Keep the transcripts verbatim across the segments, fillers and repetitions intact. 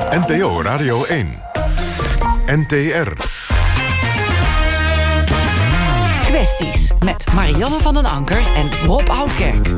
N P O Radio één. N T R. Kwesties met Marianne van den Anker en Rob Oudkerk.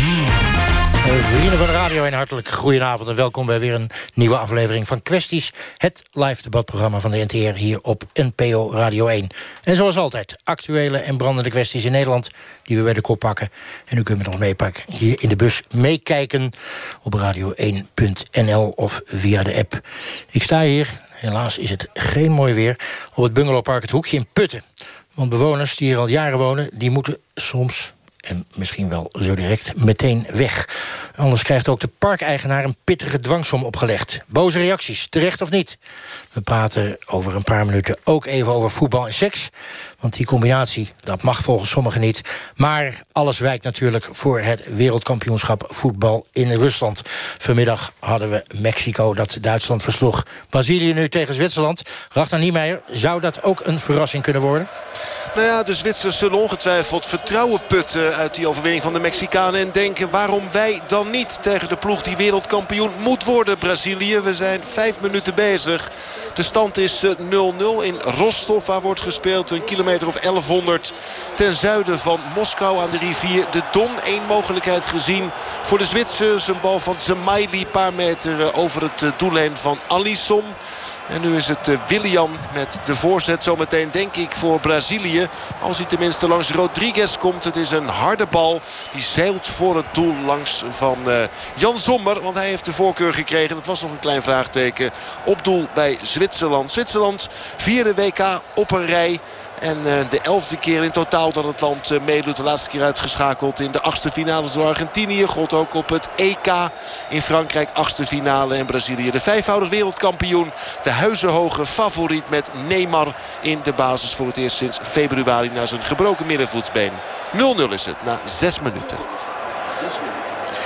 Vrienden van de Radio één, hartelijk goedenavond en welkom bij weer een nieuwe aflevering van Kwesties. Het live debatprogramma van de N T R hier op N P O Radio één. En zoals altijd, actuele en brandende kwesties in Nederland die we bij de kop pakken. En u kunt met ons meepakken hier in de bus meekijken op radio één punt n l of via de app. Ik sta hier, helaas is het geen mooi weer, op het bungalowpark Het Hoekje in Putten. Want bewoners die hier al jaren wonen, die moeten soms, en misschien wel zo direct, meteen weg. Anders krijgt ook de parkeigenaar een pittige dwangsom opgelegd. Boze reacties, terecht of niet? We praten over een paar minuten ook even over voetbal en seks. Want die combinatie, dat mag volgens sommigen niet. Maar alles wijkt natuurlijk voor het wereldkampioenschap voetbal in Rusland. Vanmiddag hadden we Mexico dat Duitsland versloeg. Brazilië nu tegen Zwitserland. Ragnar Niemeyer, zou dat ook een verrassing kunnen worden? Nou ja, de Zwitsers zullen ongetwijfeld vertrouwen putten uit die overwinning van de Mexicanen. En denken, waarom wij dan niet tegen de ploeg die wereldkampioen moet worden, Brazilië. We zijn vijf minuten bezig. De stand is nul nul in Rostov, waar wordt gespeeld. Een kilometer of elfhonderd ten zuiden van Moskou aan de rivier de Don. Eén mogelijkheid gezien voor de Zwitsers. Een bal van Zemaili, een paar meter over het doellijn van Alisson. En nu is het Willian met de voorzet zometeen, denk ik, voor Brazilië. Als hij tenminste langs Rodriguez komt. Het is een harde bal. Die zeilt voor het doel langs van uh, Jan Sommer. Want hij heeft de voorkeur gekregen. Dat was nog een klein vraagteken. Op doel bij Zwitserland. Zwitserland, vierde W K op een rij. En uh, de elfde keer in totaal dat het land uh, meedoet. De laatste keer uitgeschakeld in de achtste finale door Argentinië. God ook op het E K in Frankrijk, achtste finale. En Brazilië de vijfvoudig wereldkampioen. De huizenhoge favoriet met Neymar in de basis voor het eerst sinds februari na zijn gebroken middenvoetsbeen. nul nul is het na zes minuten. Zes minuten.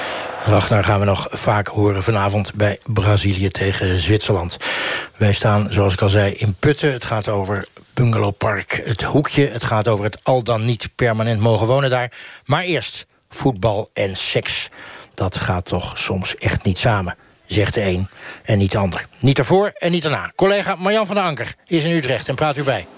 Ragnar gaan we nog vaak horen vanavond bij Brazilië tegen Zwitserland. Wij staan, zoals ik al zei, in Putten. Het gaat over bungalowpark Het Hoekje. Het gaat over het al dan niet permanent mogen wonen daar. Maar eerst voetbal en seks. Dat gaat toch soms echt niet samen, zegt de een en niet de ander. Niet ervoor en niet erna. Collega Marjan van den Anker is in Utrecht en praat u bij.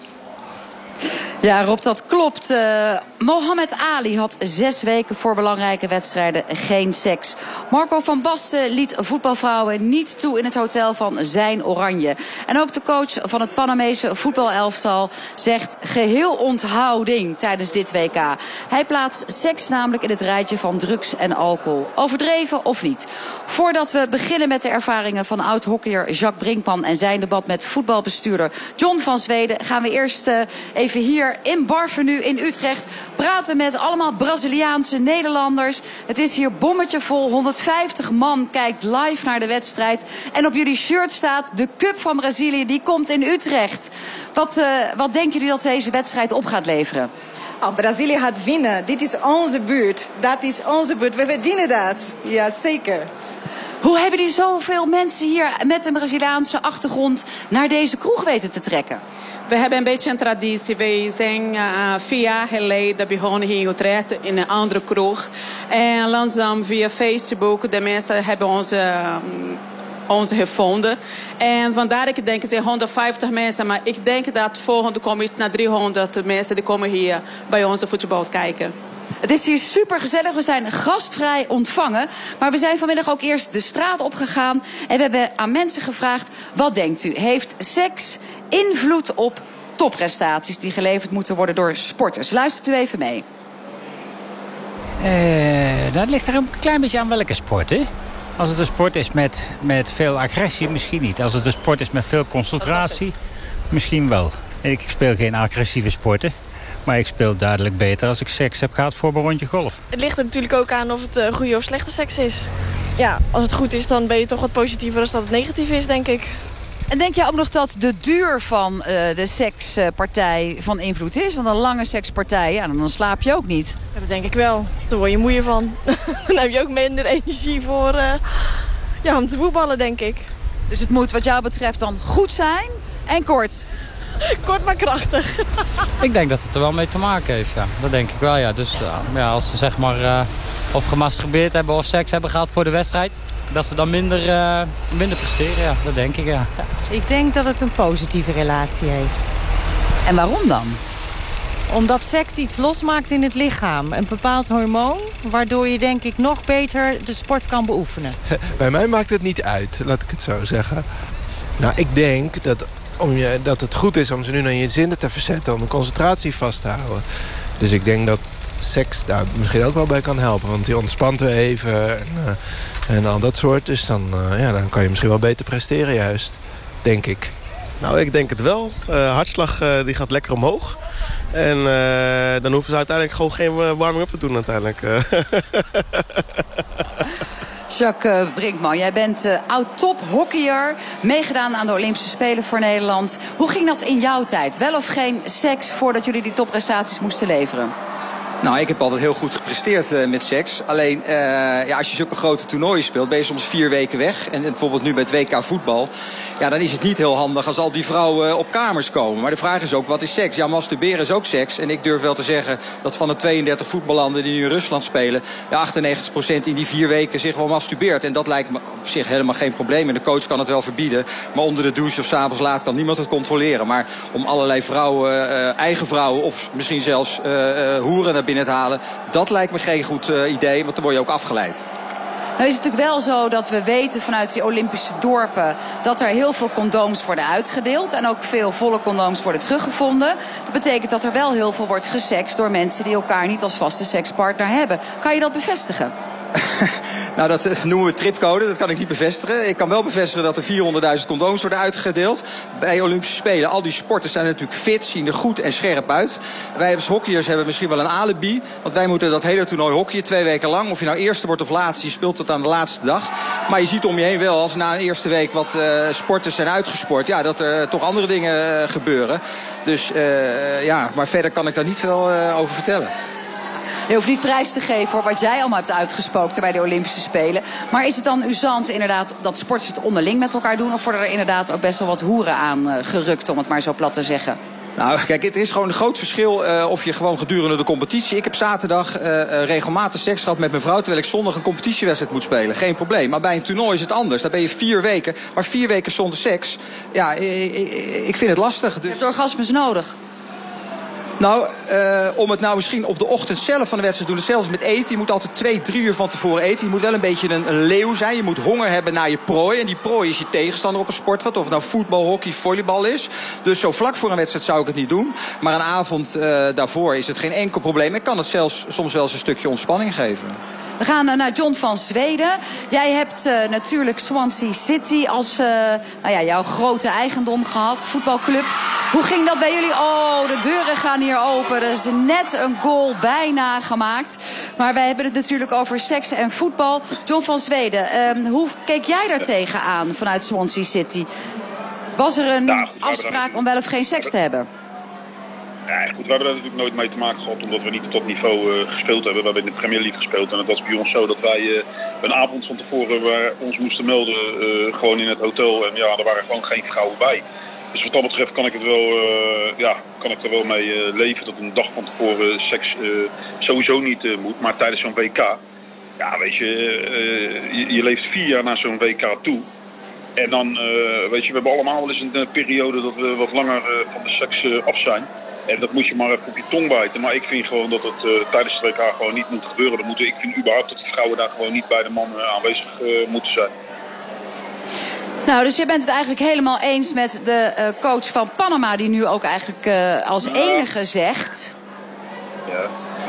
Ja, Rob, dat klopt. Uh, Mohammed Ali had zes weken voor belangrijke wedstrijden geen seks. Marco van Basten liet voetbalvrouwen niet toe in het hotel van zijn Oranje. En ook de coach van het Panamese voetbalelftal zegt geheel onthouding tijdens dit W K. Hij plaatst seks namelijk in het rijtje van drugs en alcohol. Overdreven of niet? Voordat we beginnen met de ervaringen van oud-hockeyer Jacques Brinkman en zijn debat met voetbalbestuurder John van Zweden, gaan we eerst uh, even hier in Barvenu in Utrecht praten met allemaal Braziliaanse Nederlanders. Het is hier bommetje vol. honderdvijftig man kijkt live naar de wedstrijd. En op jullie shirt staat de Cup van Brazilië. Die komt in Utrecht. Wat, uh, wat denken jullie dat deze wedstrijd op gaat leveren? Oh, Brazilië gaat winnen. Dit is onze buurt. Dat is onze buurt. We verdienen dat. Ja, zeker. Hoe hebben die zoveel mensen hier met een Braziliaanse achtergrond naar deze kroeg weten te trekken? We hebben een beetje een traditie. Wij zijn uh, vier jaar geleden begonnen hier in Utrecht in een andere kroeg. En langzaam via Facebook, de mensen hebben ons, uh, ons gevonden. En vandaar ik denk, het zijn honderdvijftig mensen. Maar ik denk dat volgende kom ik naar driehonderd mensen die komen hier bij onze voetbal kijken. Het is hier super gezellig. We zijn gastvrij ontvangen. Maar we zijn vanmiddag ook eerst de straat opgegaan. En we hebben aan mensen gevraagd, wat denkt u? Heeft seks invloed op topprestaties die geleverd moeten worden door sporters? Luistert u even mee. Uh, dat ligt er een klein beetje aan welke sport, hè? Als het een sport is met, met veel agressie, misschien niet. Als het een sport is met veel concentratie, misschien wel. Ik speel geen agressieve sporten. Maar ik speel duidelijk beter als ik seks heb gehad voor een rondje golf. Het ligt er natuurlijk ook aan of het uh, goede of slechte seks is. Ja, als het goed is, dan ben je toch wat positiever dan dat het negatief is, denk ik. En denk jij ook nog dat de duur van uh, de sekspartij van invloed is? Want een lange sekspartij, ja, dan slaap je ook niet. Ja, dat denk ik wel. Daar word je moeier van. Dan heb je ook minder energie voor, uh, ja, om te voetballen, denk ik. Dus het moet wat jou betreft dan goed zijn en kort. Kort maar krachtig. Ik denk dat het er wel mee te maken heeft, ja. Dat denk ik wel, ja. Dus uh, ja, als ze zeg maar uh, of gemasturbeerd hebben of seks hebben gehad voor de wedstrijd, dat ze dan minder, uh, minder presteren, ja, dat denk ik, ja. Ik denk dat het een positieve relatie heeft. En waarom dan? Omdat seks iets losmaakt in het lichaam. Een bepaald hormoon, waardoor je denk ik nog beter de sport kan beoefenen. Bij mij maakt het niet uit, laat ik het zo zeggen. Nou, ik denk dat, om je, dat het goed is om ze nu naar je zinnen te verzetten, om de concentratie vast te houden. Dus ik denk dat seks daar misschien ook wel bij kan helpen. Want die ontspant weer even en, uh, en al dat soort. Dus dan, uh, ja, dan kan je misschien wel beter presteren juist, denk ik. Nou, ik denk het wel. Uh, hartslag uh, die gaat lekker omhoog. En uh, dan hoeven ze uiteindelijk gewoon geen uh, warming-up te doen uiteindelijk. Jacques uh, Brinkman, jij bent uh, oud-tophockeyer, meegedaan aan de Olympische Spelen voor Nederland. Hoe ging dat in jouw tijd? Wel of geen seks voordat jullie die topprestaties moesten leveren? Nou, ik heb altijd heel goed gepresteerd uh, met seks. Alleen, uh, ja, als je zulke grote toernooien speelt, ben je soms vier weken weg. En, en bijvoorbeeld nu bij het W K voetbal. Ja, dan is het niet heel handig als al die vrouwen op kamers komen. Maar de vraag is ook, wat is seks? Ja, masturberen is ook seks. En ik durf wel te zeggen dat van de tweeëndertig voetballanden die nu in Rusland spelen, ja, achtennegentig procent in die vier weken zich wel masturbeert. En dat lijkt me op zich helemaal geen probleem. En de coach kan het wel verbieden. Maar onder de douche of 's avonds laat kan niemand het controleren. Maar om allerlei vrouwen, uh, eigen vrouwen of misschien zelfs uh, uh, hoeren naar binnen te halen, dat lijkt me geen goed uh, idee, want dan word je ook afgeleid. Nou is het natuurlijk wel zo dat we weten vanuit die Olympische dorpen dat er heel veel condooms worden uitgedeeld. En ook veel volle condooms worden teruggevonden. Dat betekent dat er wel heel veel wordt gesext door mensen die elkaar niet als vaste sekspartner hebben. Kan je dat bevestigen? Nou, dat noemen we tripcode. Dat kan ik niet bevestigen. Ik kan wel bevestigen dat er vierhonderdduizend condooms worden uitgedeeld bij Olympische Spelen. Al die sporters zijn natuurlijk fit, zien er goed en scherp uit. Wij als hockeyers hebben misschien wel een alibi. Want wij moeten dat hele toernooi hockeyen twee weken lang. Of je nou eerste wordt of laatste, je speelt tot aan de laatste dag. Maar je ziet om je heen wel, als na een eerste week wat uh, sporters zijn uitgesport, ja, dat er uh, toch andere dingen uh, gebeuren. Dus uh, ja, maar verder kan ik daar niet veel uh, over vertellen. Je hoeft niet prijs te geven voor wat jij allemaal hebt uitgesproken bij de Olympische Spelen. Maar is het dan usant inderdaad dat sporters het onderling met elkaar doen? Of worden er inderdaad ook best wel wat hoeren aan uh, gerukt, om het maar zo plat te zeggen? Nou, kijk, het is gewoon een groot verschil uh, of je gewoon gedurende de competitie. Ik heb zaterdag uh, uh, regelmatig seks gehad met mijn vrouw, terwijl ik zondag een competitiewedstrijd moet spelen. Geen probleem. Maar bij een toernooi is het anders. Daar ben je vier weken. Maar vier weken zonder seks, ja, ik, ik, ik vind het lastig. Dus... Je hebt orgasmes nodig. Nou, uh, om het nou misschien op de ochtend zelf van de wedstrijd te doen. Hetzelfde met eten. Je moet altijd twee, drie uur van tevoren eten. Je moet wel een beetje een, een leeuw zijn. Je moet honger hebben naar je prooi. En die prooi is je tegenstander op een sportveld. Of het nou voetbal, hockey, volleybal is. Dus zo vlak voor een wedstrijd zou ik het niet doen. Maar een avond uh, daarvoor is het geen enkel probleem. En kan het zelfs soms wel eens een stukje ontspanning geven. We gaan naar John van Zweden. Jij hebt uh, natuurlijk Swansea City als uh, nou ja, jouw grote eigendom gehad. Voetbalclub. Hoe ging dat bij jullie? Oh, de deuren gaan hier open. Er is net een goal bijna gemaakt. Maar wij hebben het natuurlijk over seks en voetbal. John van Zweden, um, hoe keek jij daar tegenaan vanuit Swansea City? Was er een ja, afspraak om wel of geen seks te hebben? Ja, goed, we hebben daar natuurlijk nooit mee te maken gehad, omdat we niet op dat niveau uh, gespeeld hebben. We hebben in de Premier League gespeeld en het was bij ons zo dat wij uh, een avond van tevoren waar ons moesten melden, uh, gewoon in het hotel. En ja, er waren gewoon geen vrouwen bij. Dus wat dat betreft kan ik, het wel, uh, ja, kan ik er wel mee uh, leven dat een dag van tevoren seks uh, sowieso niet uh, moet. Maar tijdens zo'n W K, ja weet je, uh, je, je leeft vier jaar naar zo'n W K toe. En dan, uh, weet je, we hebben allemaal wel eens een uh, periode dat we wat langer uh, van de seks uh, af zijn. En dat moet je maar even op je tong bijten. Maar ik vind gewoon dat het uh, tijdens de W K gewoon niet moet gebeuren. Dat moeten, ik vind überhaupt dat de vrouwen daar gewoon niet bij de man uh, aanwezig uh, moeten zijn. Nou, dus je bent het eigenlijk helemaal eens met de uh, coach van Panama, die nu ook eigenlijk uh, als ja. enige zegt. Ja.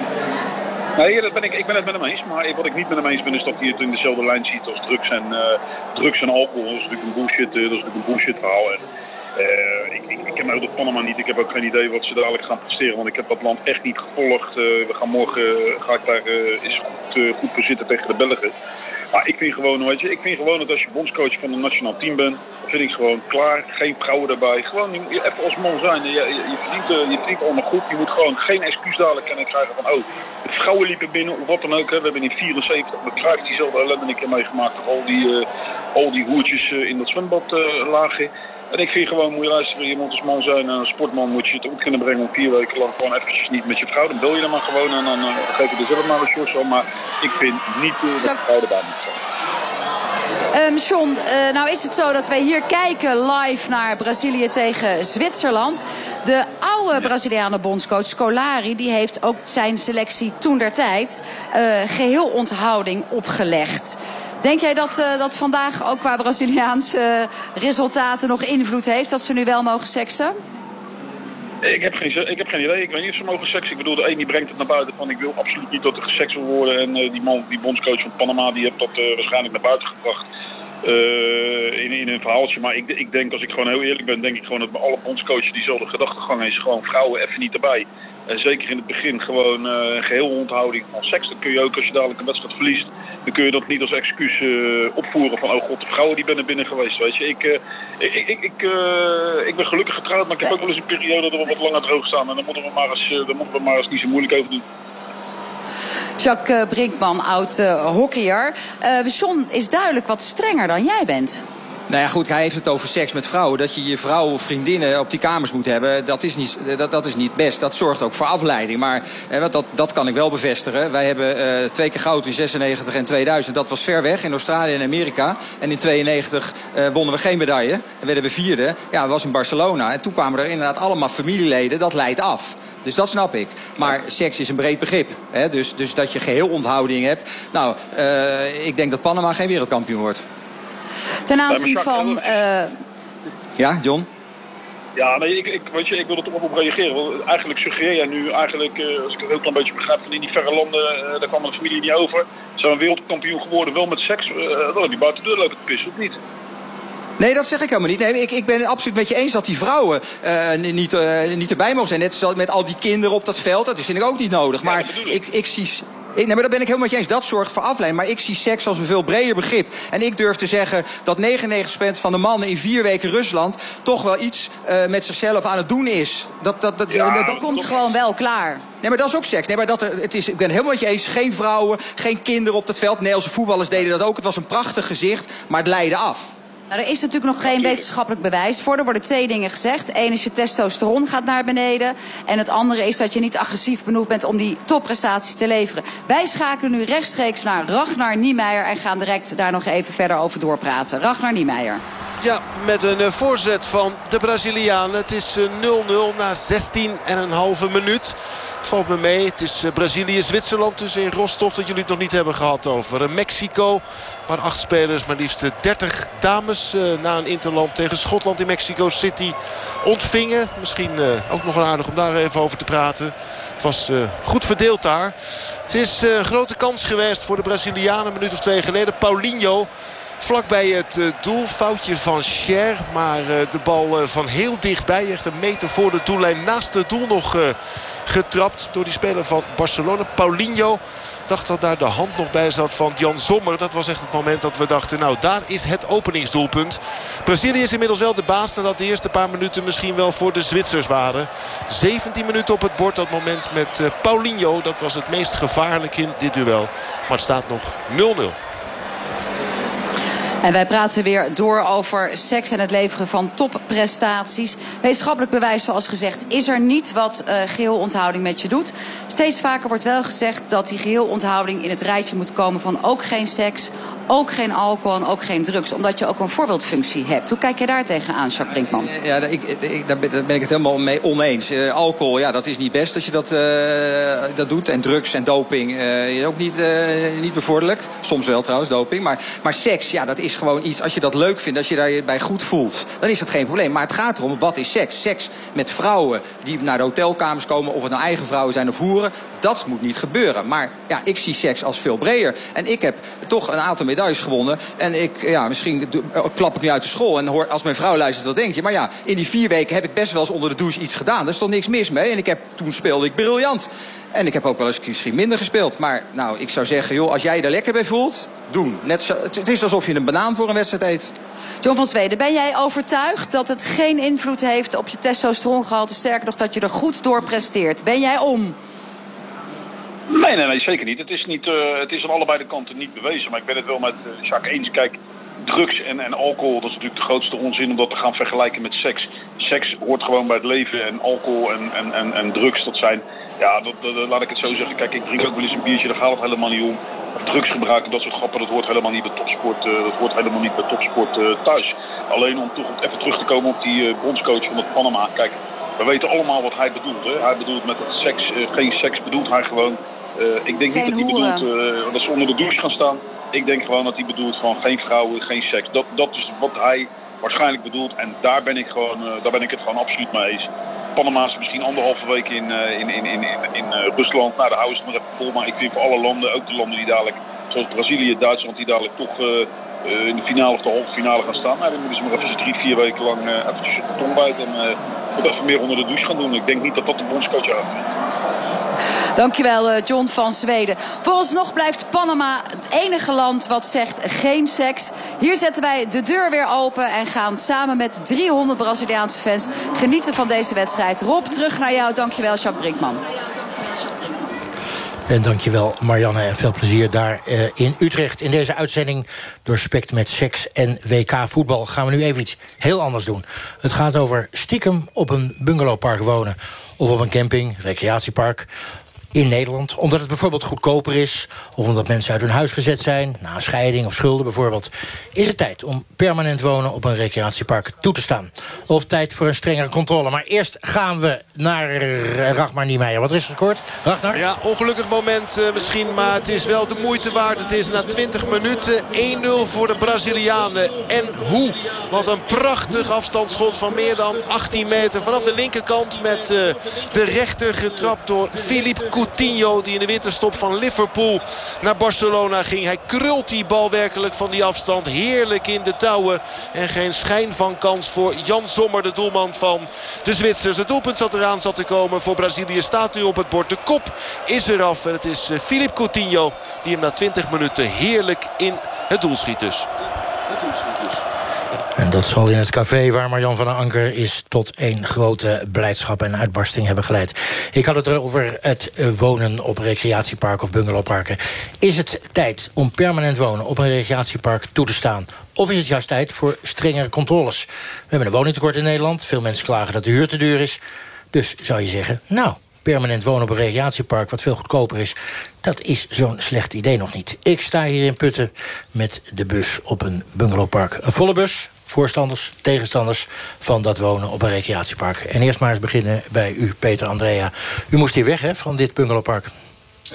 Nee, dat ben ik, ik ben het met hem eens. Maar wat ik niet met hem eens ben, is dat hij het in dezelfde lijn ziet als drugs en, uh, drugs en alcohol. Dat is natuurlijk een bullshit, uh, dat is natuurlijk een bullshit verhaal. En, Uh, ik, ik, ik ken ook de Panama niet. Ik heb ook geen idee wat ze dadelijk gaan presteren. Want ik heb dat land echt niet gevolgd. Uh, we gaan morgen uh, ga ik daar uh, eens goed, uh, goed voor zitten tegen de Belgen. Maar ik vind gewoon, weet je, ik vind gewoon dat als je bondscoach van een nationaal team bent, dan vind ik gewoon klaar. Geen vrouwen daarbij. Gewoon even als man zijn. Je, je, je verdient, uh, je verdient allemaal goed. Je moet gewoon geen excuus dadelijk kunnen krijgen van, oh, de vrouwen liepen binnen of wat dan ook. Hè. We hebben in vierenzeventig met Cruijff diezelfde ellende een keer meegemaakt. Of al die, uh, al die hoertjes uh, in dat zwembad uh, lagen. En ik vind gewoon, moet je luisteren, je moet als man zijn en als sportman moet je het ook kunnen brengen om vier weken lang gewoon eventjes niet met je vrouw. Dan bel je dan maar gewoon en dan uh, geef je er zelf maar een short zo. Maar ik vind niet uh, dat de vrouw erbij moet zijn. Um, John, uh, nou is het zo dat wij hier kijken live naar Brazilië tegen Zwitserland. De oude Braziliaanse bondscoach Scolari, die heeft ook zijn selectie toentertijd uh, geheel onthouding opgelegd. Denk jij dat uh, dat vandaag ook qua Braziliaanse resultaten nog invloed heeft, dat ze nu wel mogen seksen? Ik heb, geen, ik heb geen idee. Ik weet niet of ze mogen seksen. Ik bedoel, de een die brengt het naar buiten van ik wil absoluut niet dat er gesext wil worden. En uh, die man, die bondscoach van Panama, die heeft dat uh, waarschijnlijk naar buiten gebracht. Uh, in, in een verhaaltje. Maar ik, ik denk, als ik gewoon heel eerlijk ben, denk ik gewoon dat bij alle bondscoaches diezelfde gedachtegang is. Gewoon vrouwen even niet erbij. En zeker in het begin gewoon uh, geheel onthouding van seks. Dan kun je ook, als je dadelijk een wedstrijd verliest, dan kun je dat niet als excuus uh, opvoeren van oh god, de vrouwen die ben er binnen geweest. Weet je, ik, uh, ik, ik, ik, uh, ik ben gelukkig getrouwd, maar ik heb ook wel eens een periode dat we wat langer droog staan. En dan moeten we maar eens, uh, dan moeten we maar eens niet zo moeilijk over doen. Jacques Brinkman, oud uh, hockeyer. Uh, John is duidelijk wat strenger dan jij bent. Nou ja, goed, hij heeft het over seks met vrouwen. Dat je je vrouw of vriendinnen op die kamers moet hebben, dat is niet, dat, dat is niet best. Dat zorgt ook voor afleiding. Maar eh, dat, dat kan ik wel bevestigen. Wij hebben uh, twee keer goud in zesennegentig en tweeduizend. Dat was ver weg in Australië en Amerika. En in tweeënnegentig uh, wonnen we geen medaille. En werden we vierde. Ja, dat was in Barcelona. En toen kwamen er inderdaad allemaal familieleden. Dat leidt af. Dus dat snap ik. Maar seks is een breed begrip. Hè? Dus, dus dat je geheel onthouding hebt. Nou, uh, ik denk dat Panama geen wereldkampioen wordt. Ten aanzien van... Uh... Ja, John? Ja, nee, ik, ik, weet je, ik wil er toch op reageren. Want eigenlijk suggereer jij nu, eigenlijk, uh, als ik het heel klein beetje begrijp, van in die verre landen, uh, daar kwam de familie niet over. Ze zijn een wereldkampioen geworden, wel met seks. Uh, dan heb je buiten de deur lopen te pissen, of niet? Nee, dat zeg ik helemaal niet. Nee, ik, ik ben het absoluut met je eens dat die vrouwen uh, niet, uh, niet erbij mogen zijn. Net zoals met al die kinderen op dat veld. Dat vind ik ook niet nodig. Maar ja, ik, ik zie... Ik, nee, maar daar ben ik helemaal met je eens. Dat zorgt voor afleiding. Maar ik zie seks als een veel breder begrip. En ik durf te zeggen dat negenennegentig procent van de mannen in vier weken Rusland toch wel iets uh, met zichzelf aan het doen is. Dat, dat, dat, ja, dat, dat komt gewoon wel klaar. Nee, maar dat is ook seks. Nee, maar dat, het is, ik ben helemaal met je eens. Geen vrouwen, geen kinderen op dat veld. Nederlandse voetballers deden dat ook. Het was een prachtig gezicht, maar het leidde af. Nou, er is natuurlijk nog geen wetenschappelijk bewijs voor. Er worden twee dingen gezegd. Eén is je testosteron gaat naar beneden. En het andere is dat je niet agressief genoeg bent om die topprestaties te leveren. Wij schakelen nu rechtstreeks naar Ragnar Niemeyer en gaan direct daar nog even verder over doorpraten. Ragnar Niemeyer. Ja, met een uh, voorzet van de Brazilianen. Het is nul nul uh, na zestien en een halve minuut. Het valt me mee. Het is uh, Brazilië-Zwitserland dus in Rostov dat jullie het nog niet hebben gehad over. Uh, Mexico, maar acht spelers, maar liefst dertig dames uh, na een interland tegen Schotland in Mexico City ontvingen. Misschien uh, ook nog wel aardig om daar even over te praten. Het was uh, goed verdeeld daar. Het is uh, een grote kans geweest voor de Brazilianen een minuut of twee geleden. Paulinho. Vlak bij het uh, doel, foutje van Cher. Maar uh, de bal uh, van heel dichtbij, echt een meter voor de doellijn, naast het doel nog uh, getrapt door die speler van Barcelona. Paulinho dacht dat daar de hand nog bij zat van Jan Sommer. Dat was echt het moment dat we dachten, nou daar is het openingsdoelpunt. Brazilië is inmiddels wel de baas nadat de eerste paar minuten misschien wel voor de Zwitsers waren. zeventien minuten op het bord, dat moment met uh, Paulinho. Dat was het meest gevaarlijk in dit duel. Maar het staat nog nul nul. En wij praten weer door over seks en het leveren van topprestaties. Wetenschappelijk bewijs, zoals gezegd, is er niet wat uh, geheelonthouding met je doet. Steeds vaker wordt wel gezegd dat die geheelonthouding in het rijtje moet komen van ook geen seks, ook geen alcohol en ook geen drugs. Omdat je ook een voorbeeldfunctie hebt. Hoe kijk je daar tegenaan, Jacques Brinkman? Ja, ik, ik, daar ben ik het helemaal mee oneens. Uh, alcohol, ja, dat is niet best dat je dat, uh, dat doet. En drugs en doping uh, is ook niet, uh, niet bevorderlijk. Soms wel trouwens, doping. Maar, maar seks, ja, dat is gewoon iets. Als je dat leuk vindt, als je daar je bij goed voelt, dan is dat geen probleem. Maar het gaat erom, wat is seks? Seks met vrouwen die naar de hotelkamers komen, of het nou eigen vrouwen zijn of hoeren, dat moet niet gebeuren. Maar ja, ik zie seks als veel breder. En ik heb toch een aantal medailles gewonnen. En ik, ja, misschien klap ik nu uit de school en hoor, als mijn vrouw luistert, wat denk je? Maar ja, in die vier weken heb ik best wel eens onder de douche iets gedaan. Daar is toch niks mis mee. En ik heb, toen speelde ik briljant. En ik heb ook wel eens misschien minder gespeeld. Maar nou, ik zou zeggen, joh, als jij je er lekker bij voelt, doen. Net zo, het is alsof je een banaan voor een wedstrijd eet. John van Zweden, ben jij overtuigd dat het geen invloed heeft op je testosterongehalte? Sterker nog, dat je er goed door presteert. Ben jij om? Nee, nee, nee, zeker niet. Het is, niet, uh, het is aan allebei de kanten niet bewezen. Maar ik ben het wel met uh, Jacques eens. Kijk, drugs en, en alcohol, dat is natuurlijk de grootste onzin om dat te gaan vergelijken met seks. seks hoort gewoon bij het leven en alcohol en, en, en, en drugs, dat zijn... Ja, dat, dat, laat ik het zo zeggen. Kijk, ik drink ook wel eens een biertje, daar gaat het helemaal niet om. Drugsgebruik, dat soort grappen, dat hoort helemaal niet bij topsport, uh, dat hoort helemaal niet bij topsport uh, thuis. Alleen om toch even terug te komen op die uh, bondscoach van het Panama. Kijk, we weten allemaal wat hij bedoelt. Hè? Hij bedoelt met het seks, uh, geen seks bedoelt hij gewoon... Uh, ik denk geen niet dat hij bedoelt uh, dat ze onder de douche gaan staan. Ik denk gewoon dat hij bedoelt van geen vrouwen, geen seks. Dat, dat is wat hij waarschijnlijk bedoelt. En daar ben ik, gewoon, uh, daar ben ik het gewoon absoluut mee eens. Panama is misschien anderhalve week in, uh, in, in, in, in, in uh, Rusland. Nou, de houden ze nog even vol. Maar ik vind voor alle landen, ook de landen die dadelijk, zoals Brazilië, Duitsland, die dadelijk toch uh, uh, in de finale of de halve finale gaan staan. Nou, dan moeten ze maar even drie, vier weken lang uh, eventjes op de tong bijten en uh, even meer onder de douche gaan doen. Ik denk niet dat dat de bondscoach is. Dankjewel, John van Zweden. Vooralsnog blijft Panama het enige land wat zegt geen seks. Hier zetten wij de deur weer open en gaan samen met driehonderd Braziliaanse fans genieten van deze wedstrijd. Rob, terug naar jou. Dankjewel, Jacques Brinkman. En dankjewel Marianne en veel plezier daar uh, in Utrecht. In deze uitzending doorspekt met seks en W K voetbal gaan we nu even iets heel anders doen. Het gaat over stiekem op een bungalowpark wonen. Of op een camping, recreatiepark in Nederland. Omdat het bijvoorbeeld goedkoper is, of omdat mensen uit hun huis gezet zijn, na een scheiding of schulden bijvoorbeeld, is het tijd om permanent wonen op een recreatiepark toe te staan. Of tijd voor een strengere controle. Maar eerst gaan we naar Ragnar Niemeyer. Wat is er kort? Ragnar? Ja, ongelukkig moment uh, misschien, maar het is wel de moeite waard. Het is na twintig minuten één nul voor de Brazilianen. En hoe? Wat een prachtig afstandsschot van meer dan achttien meter. Vanaf de linkerkant met uh, de rechter getrapt door Philippe Coutinho, die in de winterstop van Liverpool naar Barcelona ging. Hij krult die bal werkelijk van die afstand. Heerlijk in de touwen. En geen schijn van kans voor Jan Sommer, de doelman van de Zwitsers. Het doelpunt zat eraan zat te komen voor Brazilië. Staat nu op het bord. De kop is eraf. En het is Philippe Coutinho die hem na twintig minuten heerlijk in het doel schiet dus. Het doel schiet dus. En dat zal in het café waar Marjan van den Anker is tot één grote blijdschap en uitbarsting hebben geleid. Ik had het over het wonen op recreatieparken of bungalowparken. Is het tijd om permanent wonen op een recreatiepark toe te staan? Of is het juist tijd voor strengere controles? We hebben een woningtekort in Nederland. Veel mensen klagen dat de huur te duur is. Dus zou je zeggen, nou, permanent wonen op een recreatiepark wat veel goedkoper is, dat is zo'n slecht idee nog niet. Ik sta hier in Putten met de bus op een bungalowpark. Een volle bus, voorstanders, tegenstanders van dat wonen op een recreatiepark. En eerst maar eens beginnen bij u, Peter Andrea. U moest hier weg, hè, van dit bungalowpark? Uh,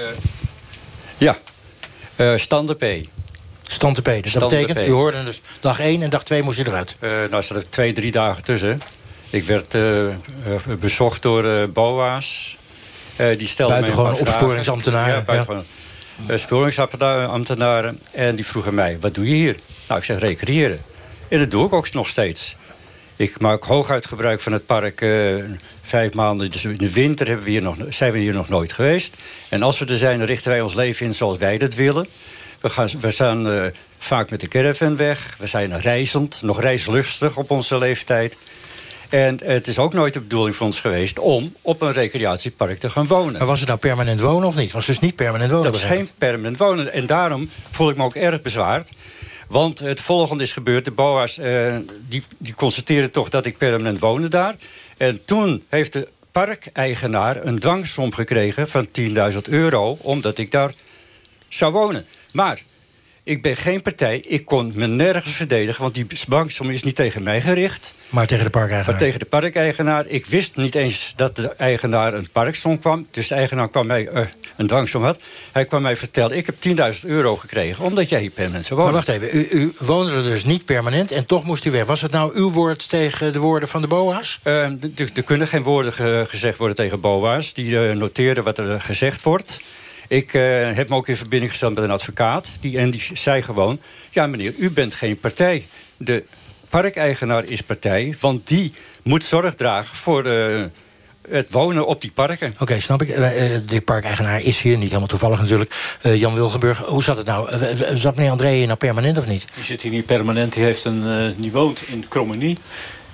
ja, uh, Stand P. Stand P, dus dat betekent, u hoorde dus dag één en dag twee moest u eruit? Uh, nou, er zaten twee, drie dagen tussen. Ik werd uh, uh, bezocht door uh, B O A's. Uh, die stelde buitengewoon opsporingsambtenaren. Ja, buitengewoon ja. uh, sporingsambtenaren. En die vroegen mij, wat doe je hier? Nou, ik zeg, recreëren. En dat doe ik ook nog steeds. Ik maak hooguit gebruik van het park uh, vijf maanden. Dus in de winter hebben we hier nog, zijn we hier nog nooit geweest. En als we er zijn, dan richten wij ons leven in zoals wij dat willen. We, gaan, we staan uh, vaak met de caravan weg. We zijn reizend, nog reislustig op onze leeftijd. En het is ook nooit de bedoeling voor ons geweest om op een recreatiepark te gaan wonen. Maar was het nou permanent wonen of niet? Was dus niet permanent wonen? Dat is geen permanent wonen. En daarom voel ik me ook erg bezwaard. Want het volgende is gebeurd. De B O A's uh, die, die constateerden toch dat ik permanent woonde daar. En toen heeft de parkeigenaar een dwangsom gekregen van tienduizend euro... omdat ik daar zou wonen. Maar ik ben geen partij. Ik kon me nergens verdedigen, want die dwangsom is niet tegen mij gericht. Maar tegen de parkeigenaar? Maar tegen de parkeigenaar. Ik wist niet eens dat de eigenaar een parksom kwam. Dus de eigenaar kwam mij uh, een dwangsom had. Hij kwam mij vertellen, ik heb tienduizend euro gekregen... omdat jij hier permanent zou wonen. Maar wacht even, u, u woonde er dus niet permanent en toch moest u weg. Was het nou uw woord tegen de woorden van de B O A's? Uh, er kunnen geen woorden ge gezegd worden tegen B O A's. Die uh, noteren wat er gezegd wordt. Ik uh, heb me ook in verbinding gesteld met een advocaat. Die, en die zei gewoon, ja meneer, u bent geen partij. De parkeigenaar is partij, want die moet zorg dragen voor uh, het wonen op die parken. Oké, okay, snap ik. Uh, de parkeigenaar is hier, niet helemaal toevallig natuurlijk. Uh, Jan Wilgenburg, hoe zat het nou? Uh, zat meneer André hier nou permanent of niet? Die zit hier niet permanent, die, heeft een, uh, die woont in Krommenie.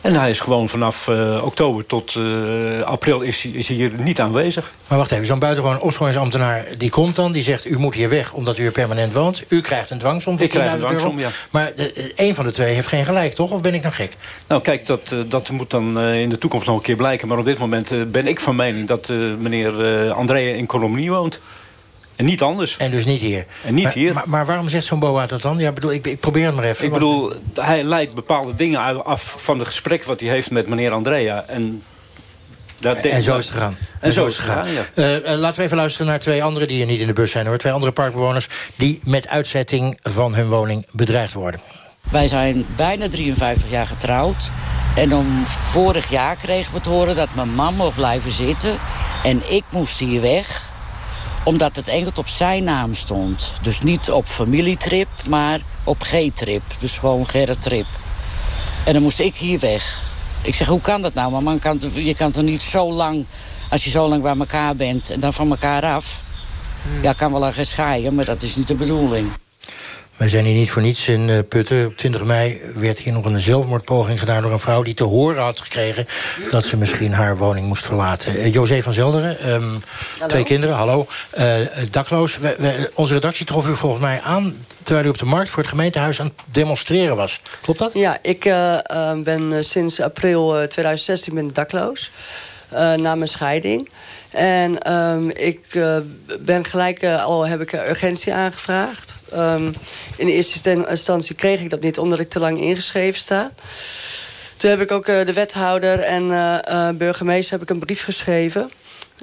En hij is gewoon vanaf uh, oktober tot uh, april is, is hij hier niet aanwezig. Maar wacht even, zo'n buitengewoon opsporingsambtenaar die komt dan, die zegt u moet hier weg omdat u hier permanent woont. U krijgt een dwangsom van tienduizend euro. Ja. Maar de, een van de twee heeft geen gelijk, toch? Of ben ik nou gek? Nou kijk, dat, uh, dat moet dan uh, in de toekomst nog een keer blijken. Maar op dit moment uh, ben ik van mening dat uh, meneer uh, Andrea in Krommenie woont. En niet anders. En dus niet hier. En niet maar, hier. Maar, maar waarom zegt zo'n boa dat dan? Ja, bedoel, ik, ik probeer het maar even. Ik want... bedoel, hij leidt bepaalde dingen af van het gesprek wat hij heeft met meneer Andrea. En, dat en, en zo is het gegaan. En, en zo is het gegaan, ja. Uh, uh, laten we even luisteren naar twee anderen die hier niet in de bus zijn, hoor. Twee andere parkbewoners die met uitzetting van hun woning bedreigd worden. Wij zijn bijna drieënvijftig jaar getrouwd. En om vorig jaar kregen we te horen dat mijn man mocht blijven zitten. En ik moest hier weg, omdat het enkel op zijn naam stond. Dus niet op familietrip, maar op G-trip. Dus gewoon Gerrit-trip. En dan moest ik hier weg. Ik zeg, hoe kan dat nou? Maar man kan, je kan toch niet zo lang, als je zo lang bij elkaar bent en dan van elkaar af. Hmm. Ja, kan wel aan gaan scheiden, maar dat is niet de bedoeling. Wij zijn hier niet voor niets in uh, Putten. Op twintig mei werd hier nog een zelfmoordpoging gedaan door een vrouw die te horen had gekregen dat ze misschien haar woning moest verlaten. Uh, José van Zelderen, um, twee kinderen, hallo. Uh, dakloos. We, we, onze redactie trof u volgens mij aan terwijl u op de markt voor het gemeentehuis aan het demonstreren was. Klopt dat? Ja, ik uh, uh, ben uh, sinds april uh, tweeduizend zestien ben dakloos. Uh, na mijn scheiding. En um, ik uh, ben gelijk uh, al heb ik urgentie aangevraagd. Um, in de eerste instantie kreeg ik dat niet omdat ik te lang ingeschreven sta. Toen heb ik ook uh, de wethouder en uh, uh, burgemeester heb ik een brief geschreven.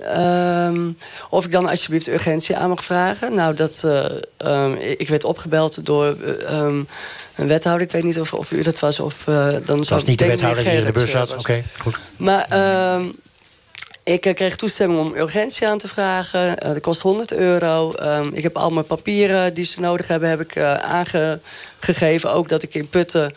Um, of ik dan alsjeblieft urgentie aan mag vragen. Nou, dat, uh, um, ik werd opgebeld door uh, um, een wethouder. Ik weet niet of, of u dat was. Of, uh, dan dat was niet de wethouder die in de bus zat? Oké, okay, goed. Maar Um, ik uh, kreeg toestemming om urgentie aan te vragen. Uh, dat kost honderd euro. Um, ik heb al mijn papieren die ze nodig hebben, heb ik uh, aangegeven. Ook dat ik in Putten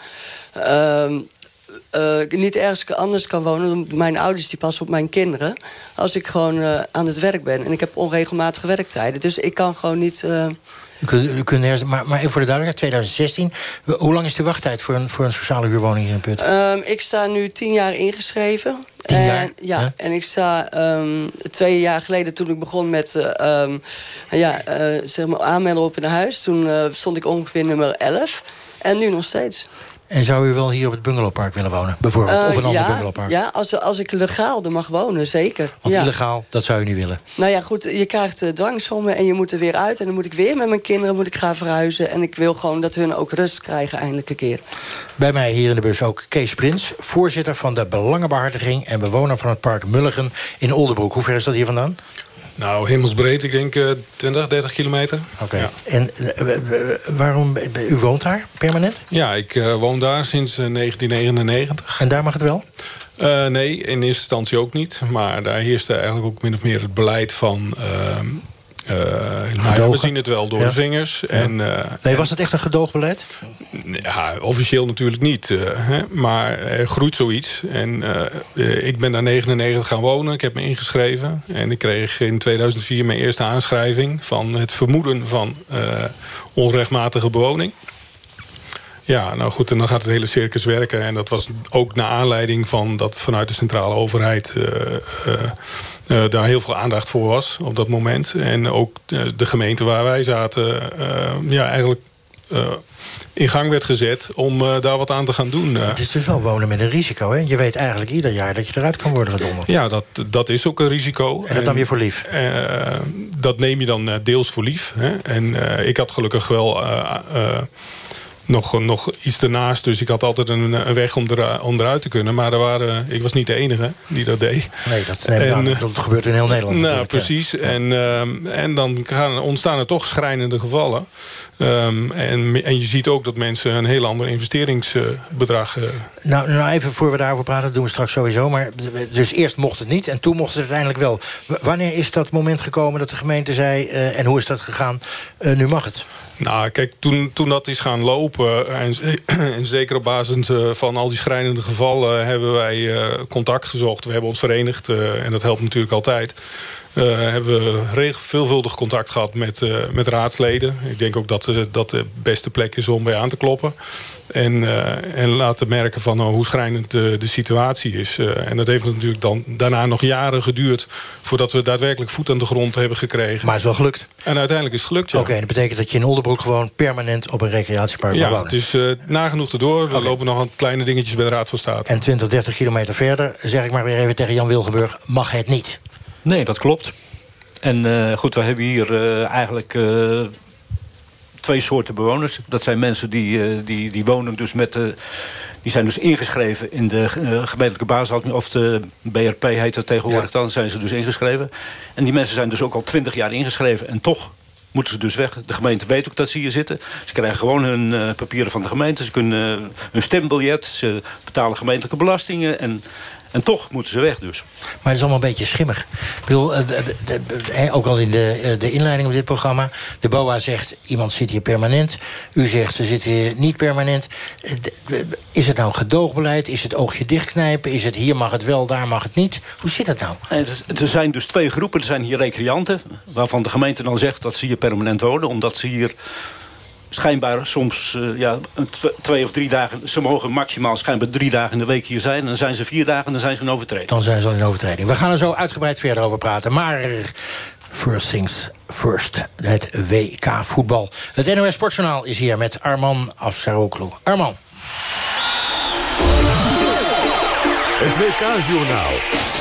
um, uh, niet ergens anders kan wonen. Mijn ouders die passen op mijn kinderen. Als ik gewoon uh, aan het werk ben. En ik heb onregelmatige werktijden. Dus ik kan gewoon niet Uh, U kunt, u kunt nergens, maar, maar even voor de duidelijkheid, tweeduizend zestien. Hoe lang is de wachttijd voor een, voor een sociale huurwoning hier in Putten? Um, ik sta nu tien jaar ingeschreven. Tien jaar? En, ja, huh? en ik sta um, twee jaar geleden toen ik begon met uh, um, ja, uh, zeg maar aanmelden op in huis. Toen uh, stond ik ongeveer nummer elf. En nu nog steeds. En zou u wel hier op het bungalowpark willen wonen, bijvoorbeeld? Uh, of een ander ja, bungalowpark? Ja, als, als ik legaal er mag wonen, zeker. Want ja. illegaal, dat zou u niet willen? Nou ja, goed, je krijgt uh, dwangsommen en je moet er weer uit. En dan moet ik weer met mijn kinderen moet ik gaan verhuizen. En ik wil gewoon dat hun ook rust krijgen eindelijk een keer. Bij mij hier in de bus ook Kees Prins, voorzitter van de Belangenbehartiging en bewoner van het park Mulligen in Oldenbroek. Hoe ver is dat hier vandaan? Nou, hemelsbreed, ik denk uh, twintig, dertig kilometer. Oké. Okay. Ja. En uh, waarom, u woont daar permanent? Ja, ik uh, woon daar sinds uh, negentien negenennegentig. En daar mag het wel? Uh, nee, in eerste instantie ook niet. Maar daar heerste eigenlijk ook min of meer het beleid van Uh, Uh, nou ja, we zien het wel door ja. de vingers. Ja. En, uh, nee, was het echt een gedoogbeleid? Ja, officieel natuurlijk niet. Uh, hè, maar er groeit zoiets. En uh, ik ben daar negenennegentig gaan wonen. Ik heb me ingeschreven. En ik kreeg in tweeduizend vier mijn eerste aanschrijving van het vermoeden van uh, onrechtmatige bewoning. Ja, nou goed, en dan gaat het hele circus werken. En dat was ook naar aanleiding van dat vanuit de centrale overheid Uh, uh, Uh, daar heel veel aandacht voor was op dat moment. En ook uh, de gemeente waar wij zaten Uh, ja, eigenlijk uh, in gang werd gezet om uh, daar wat aan te gaan doen. Uh. Het is dus wel wonen met een risico, hè? Je weet eigenlijk ieder jaar dat je eruit kan worden gedonderd. Ja, dat, dat is ook een risico. En dat dan weer voor lief? Uh, dat neem je dan uh, deels voor lief. Hè? En uh, ik had gelukkig wel Uh, uh, Nog, nog iets ernaast, dus ik had altijd een, een weg om, er, om eruit te kunnen. Maar er waren, ik was niet de enige die dat deed. Nee, dat, neem en, aan, dat gebeurt in heel Nederland. Nou, precies. Ja. En, uh, en dan gaan, ontstaan er toch schrijnende gevallen. Um, en, en je ziet ook dat mensen een heel ander investeringsbedrag Uh, nou, nou, even voor we daarover praten, dat doen we straks sowieso. Maar dus eerst mocht het niet en toen mocht het uiteindelijk wel. W- wanneer is dat moment gekomen dat de gemeente zei Uh, en hoe is dat gegaan? Uh, nu mag het. Nou, kijk, toen, toen dat is gaan lopen en, en zeker op basis van al die schrijnende gevallen hebben wij uh, contact gezocht. We hebben ons verenigd uh, en dat helpt natuurlijk altijd. Uh, hebben we regel, veelvuldig contact gehad met, uh, met raadsleden. Ik denk ook dat uh, dat de beste plek is om bij aan te kloppen. En, uh, en laten merken van uh, hoe schrijnend uh, de situatie is. Uh, en dat heeft natuurlijk dan daarna nog jaren geduurd voordat we daadwerkelijk voet aan de grond hebben gekregen. Maar het is wel gelukt. En uiteindelijk is het gelukt, ja. Oké, okay, dat betekent dat je in Oldenbroek gewoon permanent op een recreatiepark mag ja, wonen. Het is uh, nagenoeg erdoor. We okay. lopen nog aan kleine dingetjes bij de Raad van State. En twintig, dertig kilometer verder, zeg ik maar weer even tegen Jan Wilgenburg, mag het niet. Nee, dat klopt. En uh, goed, we hebben hier uh, eigenlijk uh, twee soorten bewoners. Dat zijn mensen die, uh, die, die wonen dus met... Uh, die zijn dus ingeschreven in de uh, gemeentelijke basishouding... of de B R P heet het tegenwoordig, ja. Dan zijn ze dus ingeschreven. En die mensen zijn dus ook al twintig jaar ingeschreven. En toch moeten ze dus weg. De gemeente weet ook dat ze hier zitten. Ze krijgen gewoon hun uh, papieren van de gemeente. Ze kunnen uh, hun stembiljet. Ze betalen gemeentelijke belastingen. En... En toch moeten ze weg dus. Maar het is allemaal een beetje schimmig. Ik bedoel, de, de, de, de, ook al in de, de inleiding op dit programma... de B O A zegt, iemand zit hier permanent. U zegt, ze zitten hier niet permanent. Is het nou gedoogbeleid? Is het oogje dichtknijpen? Is het hier mag het wel, daar mag het niet? Hoe zit dat nou? Nee, er zijn dus twee groepen. Er zijn hier recreanten... waarvan de gemeente dan zegt dat ze hier permanent wonen... omdat ze hier... schijnbaar soms uh, ja, twee of drie dagen... ze mogen maximaal schijnbaar drie dagen in de week hier zijn... en dan zijn ze vier dagen en dan zijn ze in overtreding. Dan zijn ze al in overtreding. We gaan er zo uitgebreid verder over praten. Maar first things first, het W K voetbal. Het N O S Sportjournaal is hier met Arman Afsaroglu. Arman. Het W K-journaal.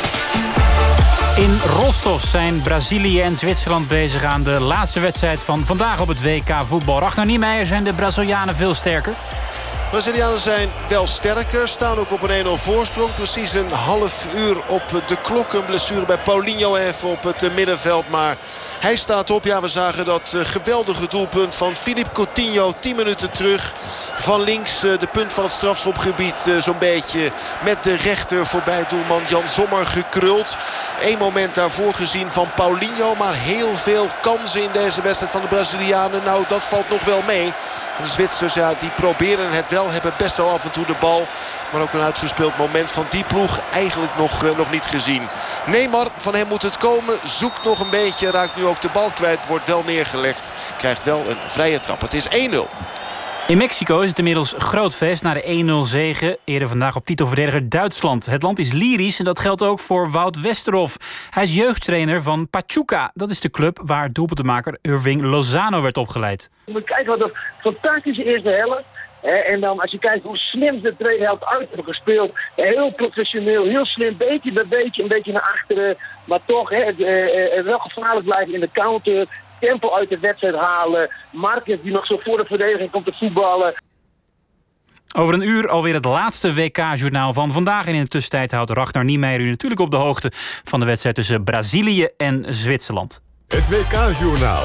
In Rostov zijn Brazilië en Zwitserland bezig aan de laatste wedstrijd van vandaag op het W K voetbal. Ragnar Niemeyer, zijn de Brazilianen veel sterker? Brazilianen zijn wel sterker, staan ook op een één nul voorsprong. Precies een half uur op de klok. Een blessure bij Paulinho even op het middenveld. Maar hij staat op. Ja, we zagen dat geweldige doelpunt van Philippe Coutinho. tien minuten terug van links. De punt van het strafschopgebied zo'n beetje met de rechter voorbij doelman Jan Sommer gekruld. Eén moment daarvoor gezien van Paulinho. Maar heel veel kansen in deze wedstrijd van de Brazilianen. Nou, dat valt nog wel mee. En de Zwitsers, ja, die proberen het wel. Hebben best wel af en toe de bal. Maar ook een uitgespeeld moment van die ploeg eigenlijk nog, uh, nog niet gezien. Neymar, van hem moet het komen. Zoekt nog een beetje. Raakt nu ook de bal kwijt. Wordt wel neergelegd. Krijgt wel een vrije trap. Het is één nul. In Mexico is het inmiddels groot feest na de één nul zege. Eerder vandaag op titelverdediger Duitsland. Het land is lyrisch en dat geldt ook voor Wout Westerhof. Hij is jeugdtrainer van Pachuca. Dat is de club waar doelpuntenmaker Irving Lozano werd opgeleid. We kijken wat een fantastische eerste helft. En dan als je kijkt hoe slim de tweede helft uit hebben gespeeld. Heel professioneel, heel slim, beetje bij beetje, een beetje naar achteren. Maar toch he, wel gevaarlijk blijven in de counter. Tempo uit de wedstrijd halen. Marquez die nog zo voor de verdediging komt te voetballen. Over een uur alweer het laatste W K-journaal van vandaag. En in de tussentijd houdt Ragnar Niemeyer u natuurlijk op de hoogte van de wedstrijd tussen Brazilië en Zwitserland. Het W K-journaal.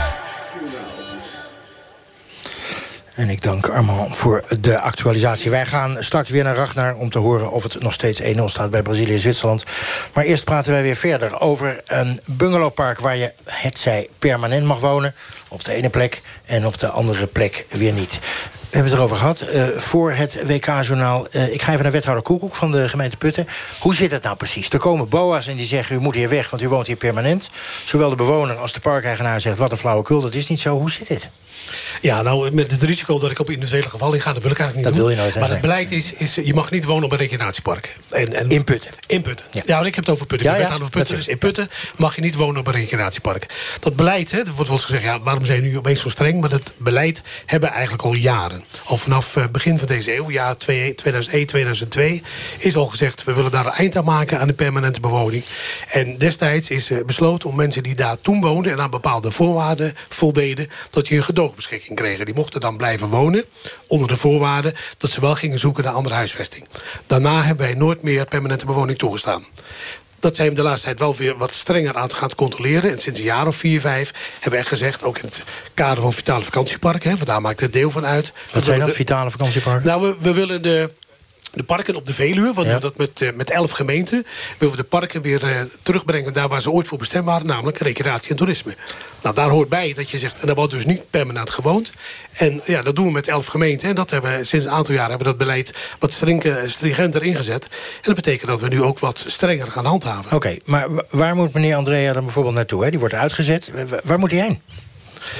En ik dank Armand voor de actualisatie. Wij gaan straks weer naar Ragnar om te horen of het nog steeds één nul staat bij Brazilië en Zwitserland. Maar eerst praten wij weer verder over een bungalowpark waar je hetzij permanent mag wonen. Op de ene plek en op de andere plek weer niet. We hebben het erover gehad uh, voor het W K-journaal. Uh, ik ga even naar wethouder Koekoek van de gemeente Putten. Hoe zit het nou precies? Er komen B O A's en die zeggen u moet hier weg, want u woont hier permanent. Zowel de bewoner als de parkeigenaar zegt wat een flauwekul, dat is niet zo. Hoe zit dit? Ja, nou, met het risico dat ik op individuele gevallen inga, dat wil ik eigenlijk niet dat doen. Wil je nooit, maar het beleid is, is, je mag niet wonen op een recreatiepark. En, en, in Putten? In Putten. Ja, ja, ik heb het over Putten. Ja, ik ja, ben over Putten. Dus in Putten mag je niet wonen op een recreatiepark. Dat beleid, hè, er wordt wel eens gezegd, ja, waarom zijn nu opeens zo streng? Maar dat beleid hebben we eigenlijk al jaren. Al vanaf uh, begin van deze eeuw, jaar tweeduizend één, tweeduizend twee... is al gezegd, we willen daar een eind aan maken aan de permanente bewoning. En destijds is uh, besloten om mensen die daar toen woonden en aan bepaalde voorwaarden voldeden, dat die een gedoogbeschikking kregen. Die mochten dan blijven wonen onder de voorwaarde dat ze wel gingen zoeken naar andere huisvesting. Daarna hebben wij nooit meer permanente bewoning toegestaan. Dat zijn we de laatste tijd wel weer wat strenger aan te gaan controleren. En sinds een jaar of vier, vijf hebben we echt gezegd, ook in het kader van Vitale Vakantieparken, hè, want daar maakt het deel van uit. Wat zijn dat, de, Vitale Vakantieparken? Nou, we, we willen de... De parken op de Veluwe, want ja. we dat met, uh, met elf gemeenten, willen we de parken weer uh, terugbrengen daar waar ze ooit voor bestemd waren, namelijk recreatie en toerisme. Nou, daar hoort bij dat je zegt, en daar wordt dus niet permanent gewoond. En ja, dat doen we met elf gemeenten. En dat hebben we sinds een aantal jaar hebben we dat beleid wat stringenter, stringenter ingezet. En dat betekent dat we nu ook wat strenger gaan handhaven. Oké, okay, maar waar moet meneer Andrea dan bijvoorbeeld naartoe? Hè? Die wordt uitgezet. Waar moet hij heen?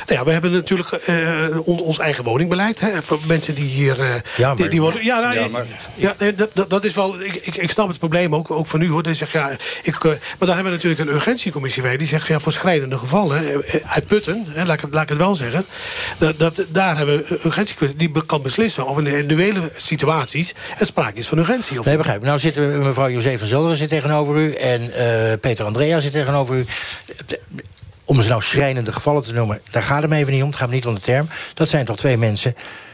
ja, we hebben natuurlijk uh, on, ons eigen woningbeleid. Hè, voor mensen die hier... Uh, ja, maar, die, die worden, ja, nou, ja, maar, ja dat, dat, dat is wel... Ik, ik, ik snap het probleem ook, ook van u, hoor. Zeg, ja, ik, uh, maar daar hebben we natuurlijk een urgentiecommissie bij. Die zegt, ja, voor schrijnende gevallen, uh, uit Putten, hè, laat, ik het, laat ik het wel zeggen... Dat, dat, daar hebben we een urgentiecommissie die kan beslissen... of in individuele situaties er sprake is van urgentie. Of nee, begrijp ik. Nou zitten we, mevrouw José van Zelderen zit tegenover u... en uh, Peter Andrea zit tegenover u... Om ze nou schrijnende gevallen te noemen, daar gaat het me even niet om. Het gaat me niet om de term. Dat zijn toch twee mensen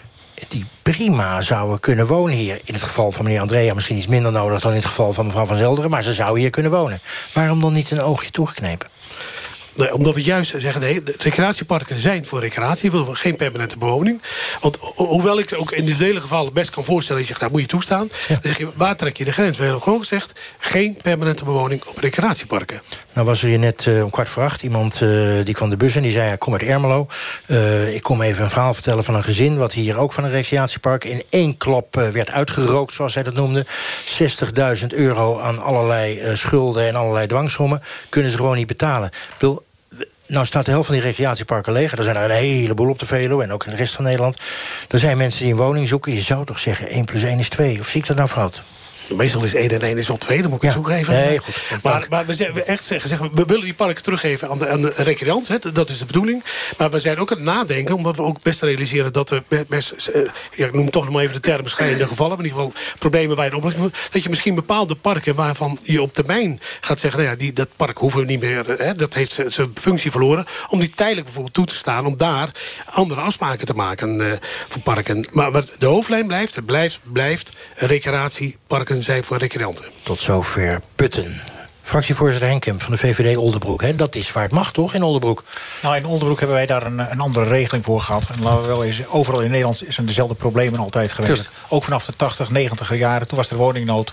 die prima zouden kunnen wonen hier. In het geval van meneer Andrea misschien iets minder nodig... dan in het geval van mevrouw van Zelderen, maar ze zouden hier kunnen wonen. Waarom dan niet een oogje toegeknepen? Nee, omdat we juist zeggen, nee, de recreatieparken zijn voor recreatie. We willen geen permanente bewoning. Want hoewel ik ook in individuele gevallen best kan voorstellen... dat je zegt, nou moet je toestaan. Ja. Dan zeg je, waar trek je de grens? We hebben gewoon gezegd, geen permanente bewoning op recreatieparken. Nou was er hier net uh, om kwart voor acht iemand uh, die kwam de bus in. Die zei, ik kom uit Ermelo. Uh, ik kom even een verhaal vertellen van een gezin... wat hier ook van een recreatiepark in één klap uh, werd uitgerookt, zoals zij dat noemde. zestigduizend euro aan allerlei uh, schulden en allerlei dwangsommen. Kunnen ze gewoon niet betalen. Ik bedoel, nou staat de helft van die recreatieparken leeg. Er zijn er een heleboel op de Veluwe en ook in de rest van Nederland. Er zijn mensen die een woning zoeken. Je zou toch zeggen één plus één is twee. Of zie ik dat nou fout? Meestal is één en één is wel twee, dan moet ik het ja. toegeven. Nee, goed. Maar, maar we, zeggen, we echt zeggen, zeggen, we willen die parken teruggeven aan de, aan de recreant. Hè, dat is de bedoeling. Maar we zijn ook aan het nadenken, omdat we ook best realiseren... dat we best, uh, ja, ik noem toch nog maar even de term schrijnende gevallen... maar in ieder geval problemen waar je een oplossing voor... dat je misschien bepaalde parken waarvan je op termijn gaat zeggen... nou ja, die, dat park hoeven we niet meer, hè, dat heeft zijn functie verloren... om die tijdelijk bijvoorbeeld toe te staan... om daar andere afspraken te maken uh, voor parken. Maar wat de hoofdlijn blijft, het blijft, blijft recreatieparken zijn voor recreanten. Tot zover Putten. Fractievoorzitter Henkem van de V V D Oldenbroek. Hè? Dat is waar het mag, toch, in Oldenbroek? Nou, in Oldenbroek hebben wij daar een, een andere regeling voor gehad. En laten we wel eens, overal in Nederland zijn dezelfde problemen altijd geweest. Tuurlijk. Ook vanaf de tachtig, negentiger jaren. Toen was er woningnood.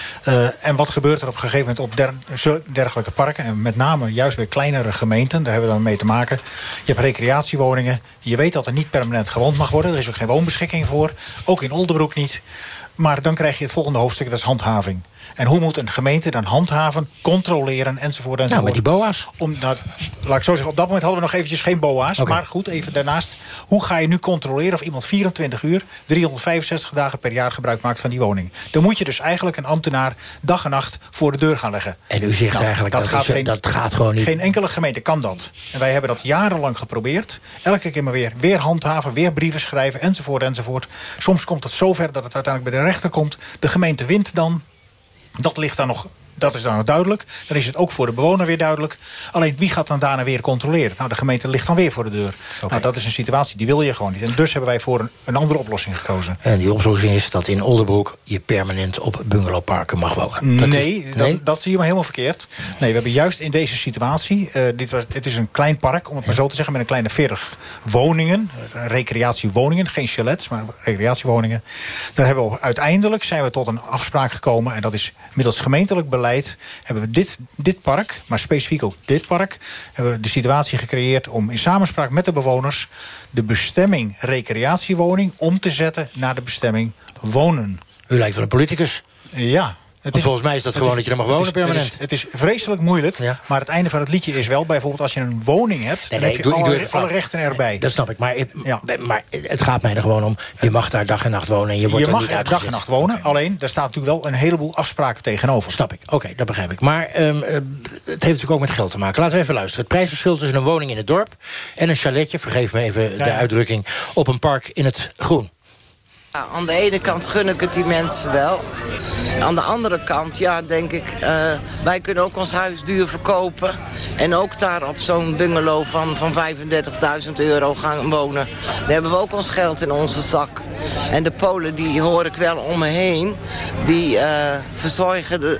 Uh, en wat gebeurt er op een gegeven moment op der, dergelijke parken? En met name juist bij kleinere gemeenten. Daar hebben we dan mee te maken. Je hebt recreatiewoningen. Je weet dat er niet permanent gewoond mag worden. Er is ook geen woonbeschikking voor. Ook in Oldenbroek niet. Maar dan krijg je het volgende hoofdstuk, dat is handhaving. En hoe moet een gemeente dan handhaven, controleren, enzovoort, enzovoort. Nou, met die B O A's. Om, nou, laat ik zo zeggen, op dat moment hadden we nog eventjes geen B O A's. Okay. Maar goed, even daarnaast, hoe ga je nu controleren... of iemand vierentwintig uur, driehonderdvijfenzestig dagen per jaar gebruik maakt van die woning? Dan moet je dus eigenlijk een ambtenaar dag en nacht voor de deur gaan leggen. En u zegt nou, eigenlijk, dat, dat, gaat is, geen, dat gaat gewoon niet. Geen enkele gemeente kan dat. En wij hebben dat jarenlang geprobeerd. Elke keer maar weer, weer handhaven, weer brieven schrijven, enzovoort, enzovoort. Soms komt het zover dat het uiteindelijk bij de rechter komt. De gemeente wint dan. Dat ligt dan nog, dat is dan nog duidelijk. Dan is het ook voor de bewoner weer duidelijk. Alleen wie gaat dan daarna weer controleren? Nou, de gemeente ligt dan weer voor de deur. Okay. Nou, dat is een situatie, die wil je gewoon niet. En dus hebben wij voor een, een andere oplossing gekozen. En die oplossing is dat in Oldenbroek je permanent op bungalowparken mag wonen? Dat nee, is, nee? Dat, dat zie je maar helemaal verkeerd. Nee, we hebben juist in deze situatie... Uh, dit was, het is een klein park, om het maar zo te zeggen... met een kleine veertig woningen, recreatiewoningen. Geen chalets, maar recreatiewoningen. Daar hebben we uiteindelijk zijn we tot een afspraak gekomen... en dat is middels gemeentelijk beleid... hebben we dit, dit park, maar specifiek ook dit park... hebben we de situatie gecreëerd om in samenspraak met de bewoners... de bestemming recreatiewoning om te zetten naar de bestemming wonen. U lijkt wel een politicus. Ja. Want volgens mij is dat gewoon is, dat je er mag wonen is, permanent. Het is, het is vreselijk moeilijk, ja. Maar het einde van het liedje is wel... bijvoorbeeld als je een woning hebt, nee, nee, dan heb je doe, alle, doe alle rechten erbij. Nee, dat snap ik, maar, ja. maar het gaat mij er gewoon om... je mag daar dag en nacht wonen en je wordt je er niet uitgezet. Je mag dag en nacht wonen, okay. Alleen daar staat natuurlijk wel een heleboel afspraken tegenover. Snap ik, oké, okay, dat begrijp ik. Maar um, het heeft natuurlijk ook met geld te maken. Laten we even luisteren. Het prijsverschil tussen een woning in het dorp... en een chaletje, vergeef me even ja, de ja. uitdrukking... op een park in het groen. Ja, aan de ene kant gun ik het die mensen wel. Aan de andere kant, ja, denk ik... Uh, wij kunnen ook ons huis duur verkopen. En ook daar op zo'n bungalow van, van vijfendertigduizend euro gaan wonen. Daar hebben we ook ons geld in onze zak. En de Polen, die hoor ik wel om me heen... die uh, verzorgen de,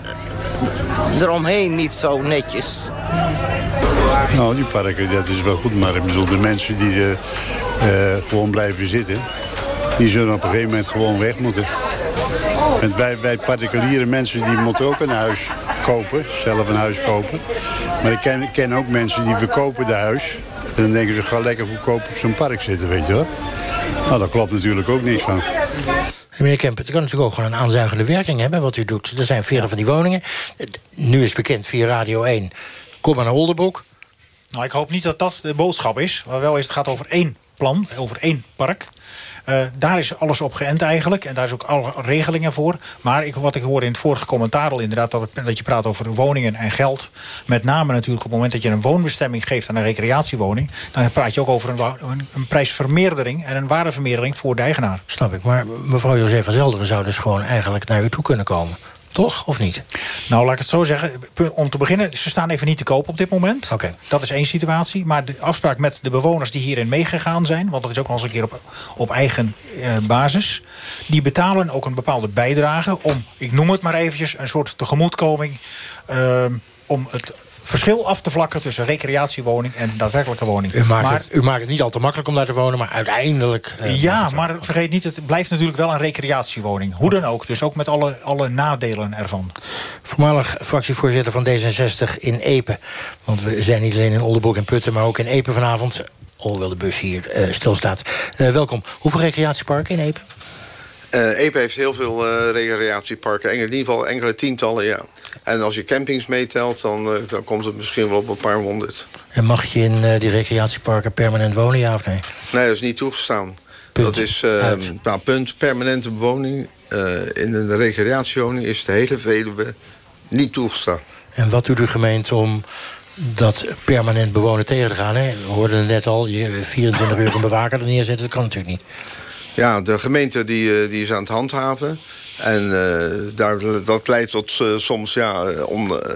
eromheen niet zo netjes. Nou, die parken, dat is wel goed. Maar ik bedoel, de mensen die er uh, gewoon blijven zitten... die zullen op een gegeven moment gewoon weg moeten. En wij, wij particuliere mensen die moeten ook een huis kopen. Zelf een huis kopen. Maar ik ken, ken ook mensen die verkopen de huis. En dan denken ze, ga lekker goedkoop op zo'n park zitten, weet je wel. Nou, daar klopt natuurlijk ook niks van. Meneer Kemp, het kan natuurlijk ook gewoon een aanzuigende werking hebben wat u doet. Er zijn veertig van die woningen. Nu is bekend via Radio één. Kom maar naar Oldenbroek. Nou, ik hoop niet dat dat de boodschap is. Maar wel is het gaat over één plan, over één park. Uh, daar is alles op geënt eigenlijk. En daar is ook alle regelingen voor. Maar ik, wat ik hoorde in het vorige commentaar al inderdaad... Dat, dat je praat over woningen en geld. Met name natuurlijk op het moment dat je een woonbestemming geeft... aan een recreatiewoning... dan praat je ook over een, een, een prijsvermeerdering... en een waardevermeerdering voor de eigenaar. Snap ik. Maar mevrouw José van Zelderen zou dus gewoon eigenlijk naar u toe kunnen komen. Toch, of niet? Nou, laat ik het zo zeggen. Om te beginnen, ze staan even niet te koop op dit moment. Okay. Dat is één situatie. Maar de afspraak met de bewoners die hierin meegegaan zijn... want dat is ook nog eens een keer op, op eigen eh, basis... die betalen ook een bepaalde bijdrage... om, ik noem het maar eventjes, een soort tegemoetkoming... Uh, om het verschil af te vlakken tussen recreatiewoning en daadwerkelijke woning. U maakt, maar, het, u maakt het niet al te makkelijk om daar te wonen, maar uiteindelijk... Uh, ja, maar vergeet niet, het blijft natuurlijk wel een recreatiewoning. Hoe dan ook, dus ook met alle, alle nadelen ervan. Voormalig fractievoorzitter van D zesenzestig in Epe. Want we zijn niet alleen in Oldenburg en Putten, maar ook in Epe vanavond. Alhoewel de bus hier uh, stilstaat. Uh, welkom. Hoeveel recreatieparken in Epe? Uh, Epe heeft heel veel uh, recreatieparken. In ieder geval enkele tientallen, ja. En als je campings meetelt, dan, uh, dan komt het misschien wel op een paar honderd. En mag je in uh, die recreatieparken permanent wonen, ja of nee? Nee, dat is niet toegestaan. Punt. Dat is, uh, nou, punt, permanente bewoning. Uh, in een recreatiewoning is de hele Veluwe niet toegestaan. En wat doet de gemeente om dat permanent bewonen tegen te gaan? Hè? We hoorden het net al, je vierentwintig uur een bewaker er neerzetten, dat kan natuurlijk niet. Ja, de gemeente die, die is aan het handhaven. En uh, daar, dat leidt tot uh, soms ja, om, uh,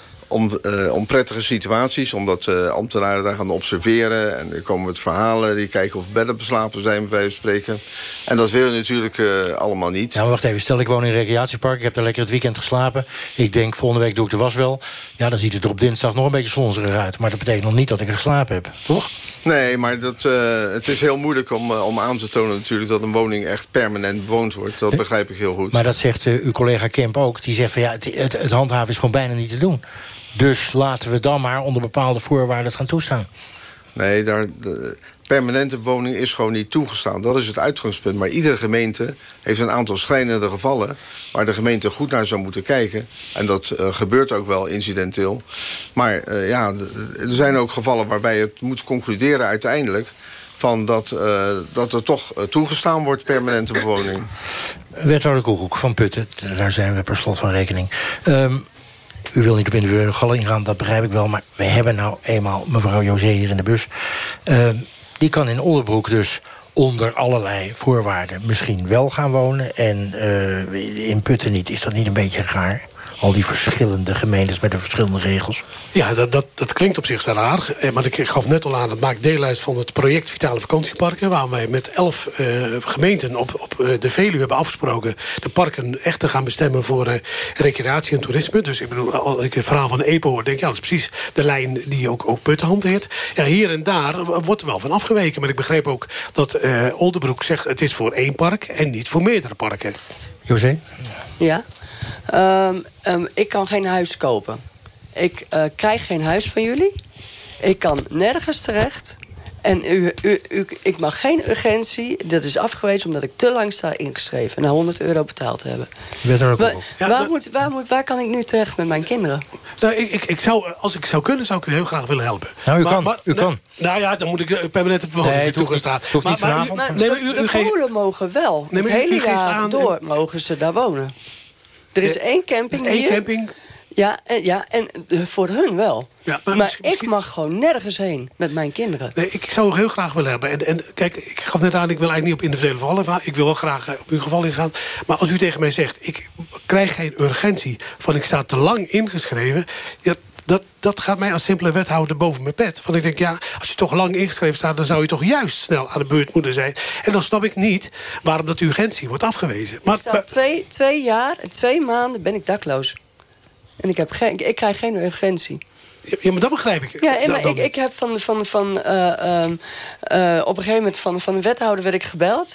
om, uh, onprettige situaties. Omdat uh, ambtenaren daar gaan observeren. En er komen met verhalen. Die kijken of bedden beslapen zijn, bij wijze van spreken. En dat willen we natuurlijk uh, allemaal niet. Nou, wacht even. Stel, ik woon in een recreatiepark. Ik heb daar lekker het weekend geslapen. Ik denk, volgende week doe ik de was wel. Ja, dan ziet het er op dinsdag nog een beetje slonzerig uit. Maar dat betekent nog niet dat ik er geslapen heb. Toch? Nee, maar dat, uh, het is heel moeilijk om, uh, om aan te tonen natuurlijk... dat een woning echt permanent bewoond wordt. Dat begrijp ik heel goed. Maar dat zegt uh, uw collega Kemp ook. Die zegt van ja, het, het, het handhaven is gewoon bijna niet te doen. Dus laten we dan maar onder bepaalde voorwaarden het gaan toestaan. Nee, daar, de permanente bewoning is gewoon niet toegestaan. Dat is het uitgangspunt. Maar iedere gemeente heeft een aantal schrijnende gevallen... waar de gemeente goed naar zou moeten kijken. En dat uh, gebeurt ook wel incidenteel. Maar uh, ja, er zijn ook gevallen waarbij het moet concluderen uiteindelijk... van dat, uh, dat er toch uh, toegestaan wordt, permanente bewoning. Wethouder Koekoek van Putten, daar zijn we per slot van rekening. Um, U wil niet op individuele gevallen ingaan, dat begrijp ik wel... maar we hebben nou eenmaal mevrouw José hier in de bus. Uh, die kan in Oldenbroek dus onder allerlei voorwaarden misschien wel gaan wonen... en uh, in Putten niet. Is dat niet een beetje raar? Al die verschillende gemeentes met de verschillende regels. Ja, dat, dat, dat klinkt op zich raar. Eh, maar ik gaf net al aan, het maakt deel uit van het project Vitale Vakantieparken... waar wij met elf uh, gemeenten op, op uh, de Veluwe hebben afgesproken... de parken echt te gaan bestemmen voor uh, recreatie en toerisme. Dus ik bedoel, als ik het verhaal van de E P O hoor... denk ik, ja, dat is precies de lijn die ook, ook Putten hanteert. Ja, hier en daar wordt er wel van afgeweken. Maar ik begreep ook dat uh, Oldenbroek zegt... het is voor één park en niet voor meerdere parken. José? Ja. Um, um, ik kan geen huis kopen. Ik uh, krijg geen huis van jullie. Ik kan nergens terecht. En u, u, u, ik mag geen urgentie. Dat is afgewezen omdat ik te lang sta ingeschreven... en na honderd euro betaald te hebben. Waar, waar, waar, moet, waar, moet, waar kan ik nu terecht met mijn kinderen? Nou, ik, ik, ik zou, als ik zou kunnen, zou ik u heel graag willen helpen. Nou, u maar, kan. Maar, u nou, kan. Nou ja, dan moet ik uh, permanent op bewoning nee, toegestaan. Hoeft niet maar, vanavond. Maar, nee, maar, u, u, de Polen mogen wel. Nee, het u, hele u jaar aan, door en, mogen ze daar wonen. Er is ja, één camping één hier. camping. Ja, en, ja, en uh, voor hun wel. Ja, maar maar misschien, ik mag gewoon nergens heen met mijn kinderen. Nee, ik zou heel graag willen hebben. En, en kijk, ik gaf net aan, ik wil eigenlijk niet op individuele gevallen gaan. Ik wil wel graag uh, op uw geval ingaan. Maar als u tegen mij zegt, ik krijg geen urgentie... van ik sta te lang ingeschreven... Ja, dat, dat gaat mij als simpele wethouder boven mijn pet. Want ik denk, ja, als je toch lang ingeschreven staat... dan zou je toch juist snel aan de beurt moeten zijn. En dan snap ik niet waarom dat urgentie wordt afgewezen. Maar, ik sta twee, twee jaar en twee maanden ben ik dakloos. En ik, heb geen, ik krijg geen urgentie. Ja, maar dat begrijp ik. Ja, en maar ik, ik heb van, van, van uh, um, uh, op een gegeven moment van, van de wethouder werd ik gebeld...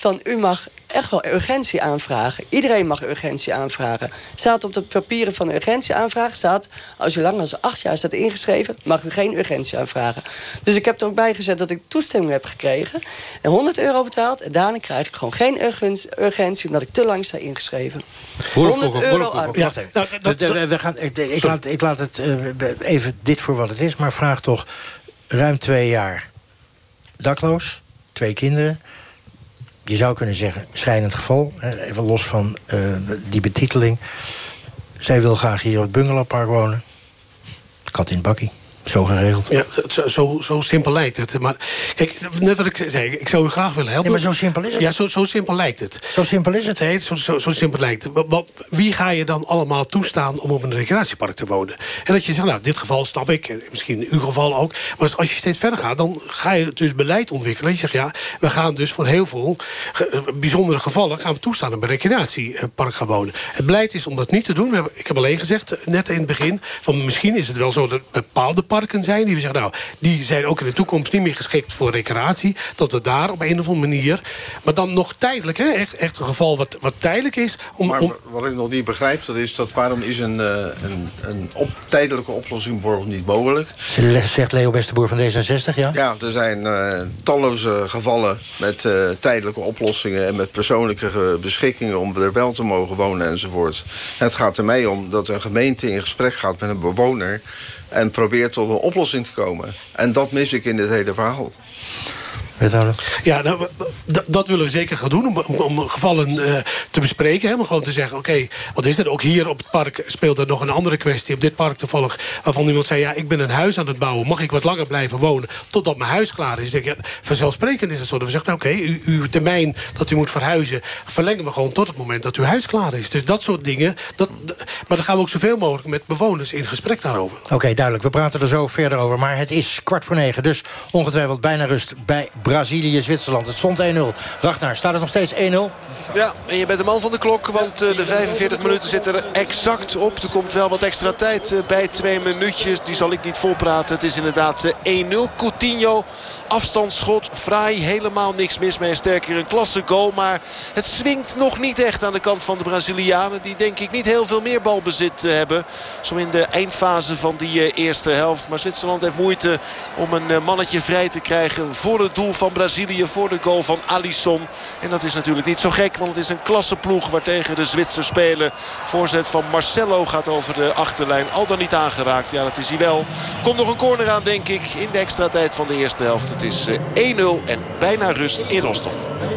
van u mag echt wel urgentie aanvragen. Iedereen mag urgentie aanvragen. Staat op de papieren van de urgentieaanvraag staat, als u langer dan acht jaar staat ingeschreven, mag u geen urgentie aanvragen. Dus ik heb er ook bij gezet dat ik toestemming heb gekregen en honderd euro betaald en daarna krijg ik gewoon geen urgentie omdat ik te lang sta ingeschreven. honderd euro arm. Ja, nou, dat, dat, we gaan, ik, ik, laat, ik laat het uh, even dit voor wat het is, maar vraag toch ruim twee jaar dakloos, twee kinderen. Je zou kunnen zeggen, schrijnend geval, even los van uh, die betiteling. Zij wil graag hier op het bungalowpark wonen. Kat in het bakkie. Zo geregeld. Ja, zo, zo, zo simpel lijkt het. Maar kijk, net wat ik zei, ik zou u graag willen helpen. Nee, maar zo simpel is het. Ja, zo, zo simpel lijkt het. Zo simpel is het. Nee, zo, zo, zo simpel lijkt het. Want wie ga je dan allemaal toestaan om op een recreatiepark te wonen? En dat je zegt, nou, in dit geval snap ik, misschien in uw geval ook. Maar als je steeds verder gaat, dan ga je dus beleid ontwikkelen. Je zegt, ja, we gaan dus voor heel veel bijzondere gevallen gaan we toestaan op een recreatiepark gaan wonen. Het beleid is om dat niet te doen. Ik heb alleen gezegd, net in het begin, van misschien is het wel zo dat bepaalde parken zijn die we zeggen, nou, die zijn ook in de toekomst niet meer geschikt voor recreatie, dat we daar op een of andere manier, maar dan nog tijdelijk, hè, echt, echt een geval wat, wat tijdelijk is. Om, maar om... wat ik nog niet begrijp, dat is dat waarom is een, uh, een, een op, tijdelijke oplossing bijvoorbeeld niet mogelijk? Zegt Leo Westerboer van D zesenzestig, ja? Ja, er zijn uh, talloze gevallen met uh, tijdelijke oplossingen en met persoonlijke beschikkingen om er wel te mogen wonen enzovoort. En het gaat er mij om dat een gemeente in gesprek gaat met een bewoner en probeert tot een oplossing te komen. En dat mis ik in dit hele verhaal. Ja, nou, dat willen we zeker gaan doen, om, om, om gevallen uh, te bespreken. Hè, om gewoon te zeggen, oké, okay, wat is er? Ook hier op het park speelt er nog een andere kwestie. Op dit park toevallig, waarvan iemand zei, ja, ik ben een huis aan het bouwen. Mag ik wat langer blijven wonen totdat mijn huis klaar is? Ik denk, ja, vanzelfsprekend is het zo dat we zeggen, oké, okay, uw termijn dat u moet verhuizen verlengen we gewoon tot het moment dat uw huis klaar is. Dus dat soort dingen. Dat, maar dan gaan we ook zoveel mogelijk met bewoners in gesprek daarover. Oké, okay, duidelijk. We praten er zo verder over. Maar het is kwart voor negen, dus ongetwijfeld bijna rust bij Brazilië, Zwitserland. Het stond één nul. Ragnar, staat het nog steeds één nul? Ja, en je bent de man van de klok, want uh, de vijfenveertig minuten zitten er exact op. Er komt wel wat extra tijd uh, bij twee minuutjes. Die zal ik niet volpraten. Het is inderdaad uh, één nul. Coutinho, afstandsschot, fraai, helemaal niks mis mee. Sterker een klasse goal, maar het swingt nog niet echt aan de kant van de Brazilianen. Die denk ik niet heel veel meer balbezit uh, hebben. Zo in de eindfase van die uh, eerste helft. Maar Zwitserland heeft moeite om een uh, mannetje vrij te krijgen voor het doel van Brazilië, voor de goal van Alisson. En dat is natuurlijk niet zo gek, want het is een klasse ploeg waartegen de Zwitsers spelen. Voorzet van Marcelo gaat over de achterlijn, al dan niet aangeraakt. Ja, dat is hij wel. Komt nog een corner aan, denk ik, in de extra tijd van de eerste helft. Het is één nul en bijna rust in Rostov.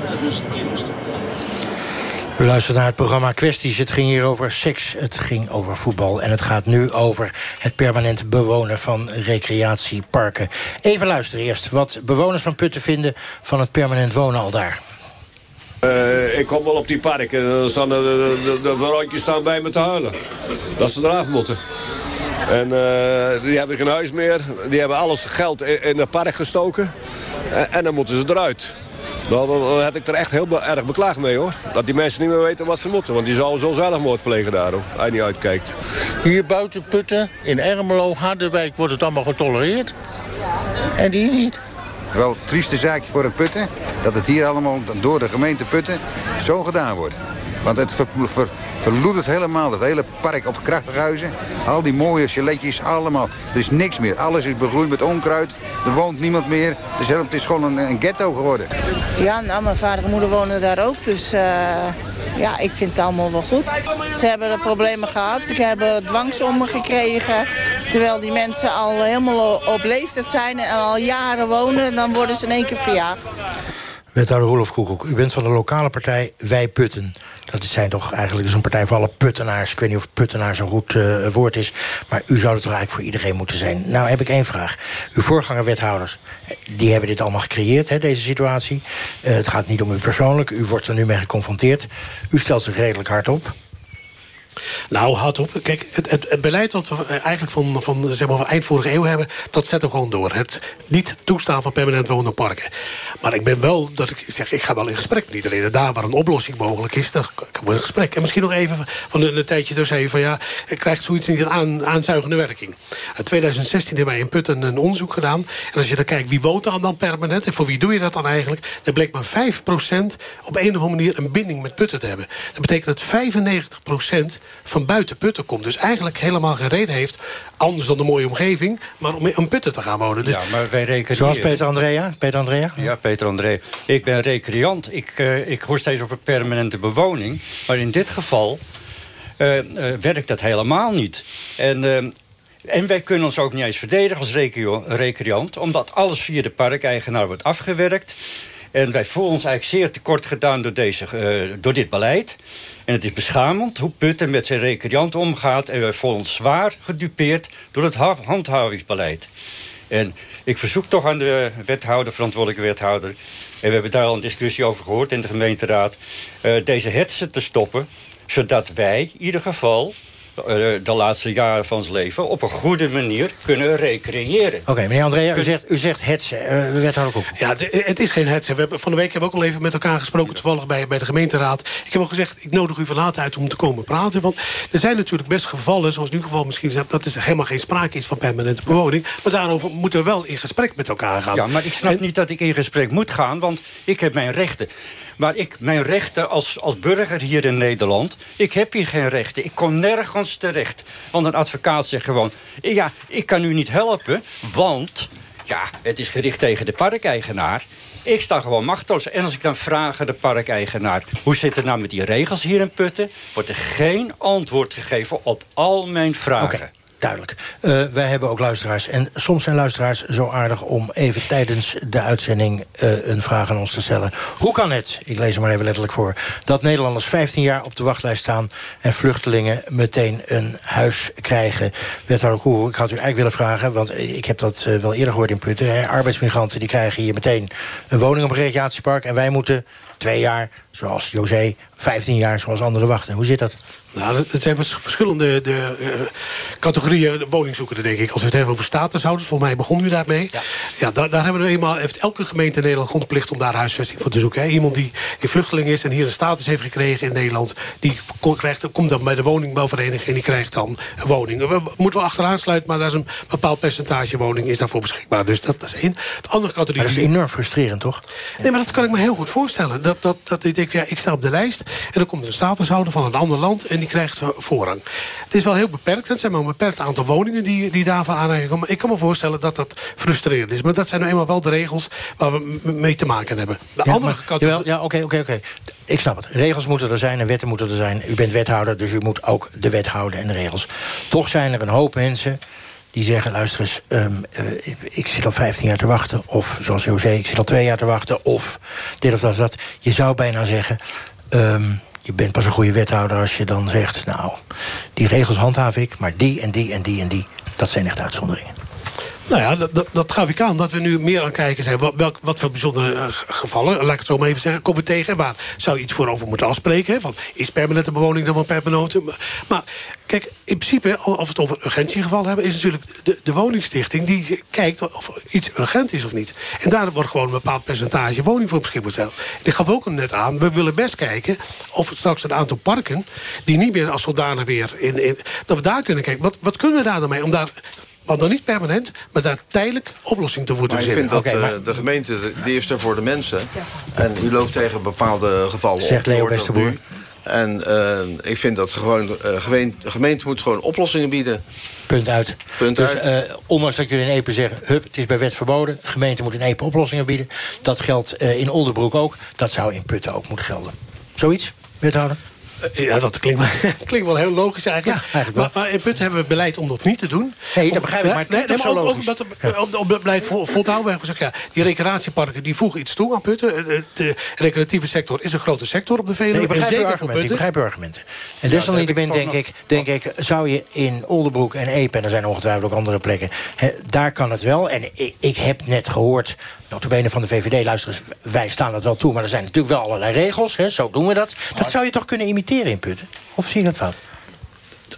U luistert naar het programma Kwesties. Het ging hier over seks, het ging over voetbal. En het gaat nu over het permanent bewonen van recreatieparken. Even luisteren eerst wat bewoners van Putten vinden van het permanent wonen al daar. Uh, ik kom wel op die parken. Dan staan de, de, de, de vrouwtjes staan bij me te huilen. Dat ze eraf moeten. En uh, die hebben geen huis meer. Die hebben alles geld in, in het park gestoken. En, en dan moeten ze eruit. Nou, dan heb ik er echt heel be- erg beklaagd mee, hoor. Dat die mensen niet meer weten wat ze moeten. Want die zouden zo zelfmoord plegen daarom, als je niet uitkijkt. Hier buiten Putten, in Ermelo, Harderwijk, wordt het allemaal getolereerd. En die niet. Wel een trieste zaakje voor het Putten, dat het hier allemaal door de gemeente Putten zo gedaan wordt. Want het ver, ver, verloedert helemaal, het hele park op Krachtighuizen. Al die mooie chaletjes, allemaal. Er is niks meer. Alles is begroeid met onkruid. Er woont niemand meer. Dus het is gewoon een, een ghetto geworden. Ja, nou, mijn vader en moeder wonen daar ook. Dus uh, ja, ik vind het allemaal wel goed. Ze hebben er problemen gehad. Ze hebben dwangsommen gekregen. Terwijl die mensen al helemaal op leeftijd zijn en al jaren wonen. Dan worden ze in één keer verjaagd. Wethouder Roelof Koekoek, u bent van de lokale partij Wij Putten. Dat zijn toch eigenlijk dus een partij voor alle puttenaars. Ik weet niet of puttenaar zo'n goed uh, woord is. Maar u zou het toch eigenlijk voor iedereen moeten zijn. Nou heb ik één vraag. Uw voorganger-wethouders, die hebben dit allemaal gecreëerd, hè, deze situatie. Uh, het gaat niet om u persoonlijk. U wordt er nu mee geconfronteerd. U stelt zich redelijk hard op. Nou, houd op. Kijk, het, het, het beleid wat we eigenlijk van, van, zeg maar, van eind vorige eeuw hebben, dat zetten we gewoon door. Het niet toestaan van permanent wonen op parken. Maar ik ben wel, dat ik zeg, ik ga wel in gesprek. Niet alleen daar waar een oplossing mogelijk is, dat kan in gesprek. En misschien nog even van een, een tijdje dus even van ja, krijgt zoiets niet een aan, aanzuigende werking. In twintig zestien hebben wij in Putten een onderzoek gedaan. En als je dan kijkt wie woont dan, dan permanent en voor wie doe je dat dan eigenlijk, dan bleek maar vijf procent op een of andere manier een binding met Putten te hebben. Dat betekent dat vijfennegentig procent van buiten Putten komt. Dus eigenlijk helemaal geen reden heeft, anders dan de mooie omgeving, maar om in Putten te gaan wonen. Dus ja, maar wij recreëren. Zoals Peter Andrea? Peter Andrea? Ja, Peter Andrea. Ik ben recreant. Ik, uh, ik hoor steeds over permanente bewoning. Maar in dit geval uh, uh, werkt dat helemaal niet. En, uh, en wij kunnen ons ook niet eens verdedigen als recreant, omdat alles via de parkeigenaar wordt afgewerkt. En wij voelen ons eigenlijk zeer tekort gedaan door, deze, uh, door dit beleid. En het is beschamend hoe Putten met zijn recreanten omgaat. En wij voelen ons zwaar gedupeerd door het handhavingsbeleid. En ik verzoek toch aan de wethouder, verantwoordelijke wethouder, en we hebben daar al een discussie over gehoord in de gemeenteraad, uh, deze hetsen te stoppen, zodat wij in ieder geval de laatste jaren van ons leven op een goede manier kunnen recreëren. Oké, okay, meneer Andrea, u zegt, u zegt hetsen. Uh, wethouder ook. Ja, de, het is geen hetsen. We hebben, van de week hebben we ook al even met elkaar gesproken, toevallig bij, bij de gemeenteraad. Ik heb al gezegd, ik nodig u van harte uit om te komen praten. Want er zijn natuurlijk best gevallen, zoals in ieder geval misschien, dat is helemaal geen sprake is van permanente bewoning. Maar daarover moeten we wel in gesprek met elkaar gaan. Ja, maar ik snap en, niet dat ik in gesprek moet gaan, want ik heb mijn rechten. Maar ik, mijn rechten als, als burger hier in Nederland, ik heb hier geen rechten. Ik kom nergens terecht. Want een advocaat zegt gewoon, ja, ik kan u niet helpen, want ja, het is gericht tegen de parkeigenaar. Ik sta gewoon machteloos. En als ik dan vraag aan de parkeigenaar, hoe zit het nou met die regels hier in Putten, wordt er geen antwoord gegeven op al mijn vragen. Okay. Duidelijk. Uh, wij hebben ook luisteraars. En soms zijn luisteraars zo aardig om even tijdens de uitzending uh, een vraag aan ons te stellen. Hoe kan het, ik lees hem maar even letterlijk voor, dat Nederlanders vijftien jaar op de wachtlijst staan en vluchtelingen meteen een huis krijgen? Wethouder Koer, ik had u eigenlijk willen vragen, want ik heb dat uh, wel eerder gehoord in Putten. Hè? Arbeidsmigranten die krijgen hier meteen een woning op een recreatiepark en wij moeten twee jaar, zoals José, vijftien jaar, zoals anderen wachten. Hoe zit dat? Nou, het zijn verschillende de, uh, categorieën woningzoekenden, denk ik. Als we het hebben over statushouders, volgens mij begon u daarmee. Ja, ja daar, daar hebben we eenmaal, heeft elke gemeente in Nederland grondplicht om daar huisvesting voor te zoeken. Hè. Iemand die, die vluchteling is en hier een status heeft gekregen in Nederland, die krijgt, komt dan bij de woningbouwvereniging en die krijgt dan een woning. We moeten wel achteraan sluiten, maar daar is een bepaald percentage woning is daarvoor beschikbaar. Dus dat, dat is één. De andere categorie. Maar dat is enorm frustrerend, toch? Nee, maar dat kan ik me heel goed voorstellen. Dat, dat, dat ik denk, ja, ik sta op de lijst en dan komt er een statushouder van een ander land en die krijgt voorrang. Het is wel heel beperkt. Het zijn maar een beperkt aantal woningen die, die daarvan aanreiken komen. Ik kan me voorstellen dat dat frustrerend is. Maar dat zijn nou eenmaal wel de regels waar we mee te maken hebben. De ja, andere maar, jawel, ja, oké, oké, oké. Ik snap het. Regels moeten er zijn en wetten moeten er zijn. U bent wethouder, dus u moet ook de wet houden en de regels. Toch zijn er een hoop mensen die zeggen, luister eens, um, uh, ik zit al vijftien jaar te wachten. Of zoals José, ik zit al twee jaar te wachten. Of dit of dat of dat. Je zou bijna zeggen, Um, je bent pas een goede wethouder als je dan zegt, nou, die regels handhaaf ik, maar die en die en die en die, dat zijn echt uitzonderingen. Nou ja, dat, dat, dat gaf ik aan, dat we nu meer aan het kijken zijn. Wat, welk, wat voor bijzondere uh, gevallen, laat ik het zo maar even zeggen, komen tegen. Waar zou je iets voor over moeten afspreken? Hè? Van, is permanente bewoning dan wel permanente? Maar, maar kijk, in principe, als we het over een urgentiegeval hebben, is natuurlijk de, de woningstichting die kijkt of iets urgent is of niet. En daar wordt gewoon een bepaald percentage woning voor beschikbaar gesteld. Die gaf ook net aan, we willen best kijken of straks een aantal parken die niet meer als zodanig weer in, in dat we daar kunnen kijken. Wat, wat kunnen we daar dan mee? Om daar, want dan niet permanent, maar daar tijdelijk oplossing te moeten verzinnen. Ik vind dat okay, uh, de gemeente, die is er voor de mensen. En u loopt tegen bepaalde gevallen op. Zegt Leo Westerboer. En uh, ik vind dat gewoon, uh, gemeente, gemeente moet gewoon oplossingen bieden. Punt uit. Punt dus uit. Uh, ondanks dat jullie in Epe zeggen, hup, het is bij wet verboden. De gemeente moet in Epe oplossingen bieden. Dat geldt uh, in Oldenbroek ook. Dat zou in Putten ook moeten gelden. Zoiets, wethouder? Ja, dat klinkt wel, klinkt wel heel logisch eigenlijk. Ja, eigenlijk maar, maar in Putten hebben we beleid om dat niet te doen. Nee, dat begrijp ik, maar het nee, nee, maar ook, ook omdat ja. op, op het beleid vol, volhouden. We hebben gezegd, ja, die recreatieparken die voegen iets toe aan Putten. De, de recreatieve sector is een grote sector op de Veluwe. Nee, ik begrijp en uw argumenten. Ik begrijp uw argumenten. En ja, desalniettemin denk, ik, denk ik, zou je in Oldenbroek en Epe, en er zijn ongetwijfeld ook andere plekken, he, daar kan het wel. En ik, ik heb net gehoord, notabene van de V V D, luister, wij staan dat wel toe, maar er zijn natuurlijk wel allerlei regels. Hè, zo doen we dat. Dat zou je toch kunnen imiteren in Putten? Of zie je dat fout?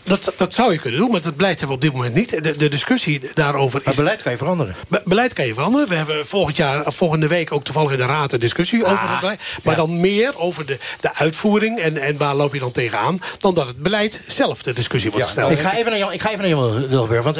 Dat, dat zou je kunnen doen, maar dat beleid hebben we op dit moment niet. De, de discussie daarover is... Maar beleid kan je veranderen. Be, beleid kan je veranderen. We hebben volgend jaar, volgende week ook toevallig in de Raad een discussie ah, over het beleid. Maar ja. dan meer over de, de uitvoering en, en waar loop je dan tegenaan... dan dat het beleid zelf de discussie wordt ja. gesteld. Ik ga even naar Jan, ik ga even naar Jan Wilgenburg. Want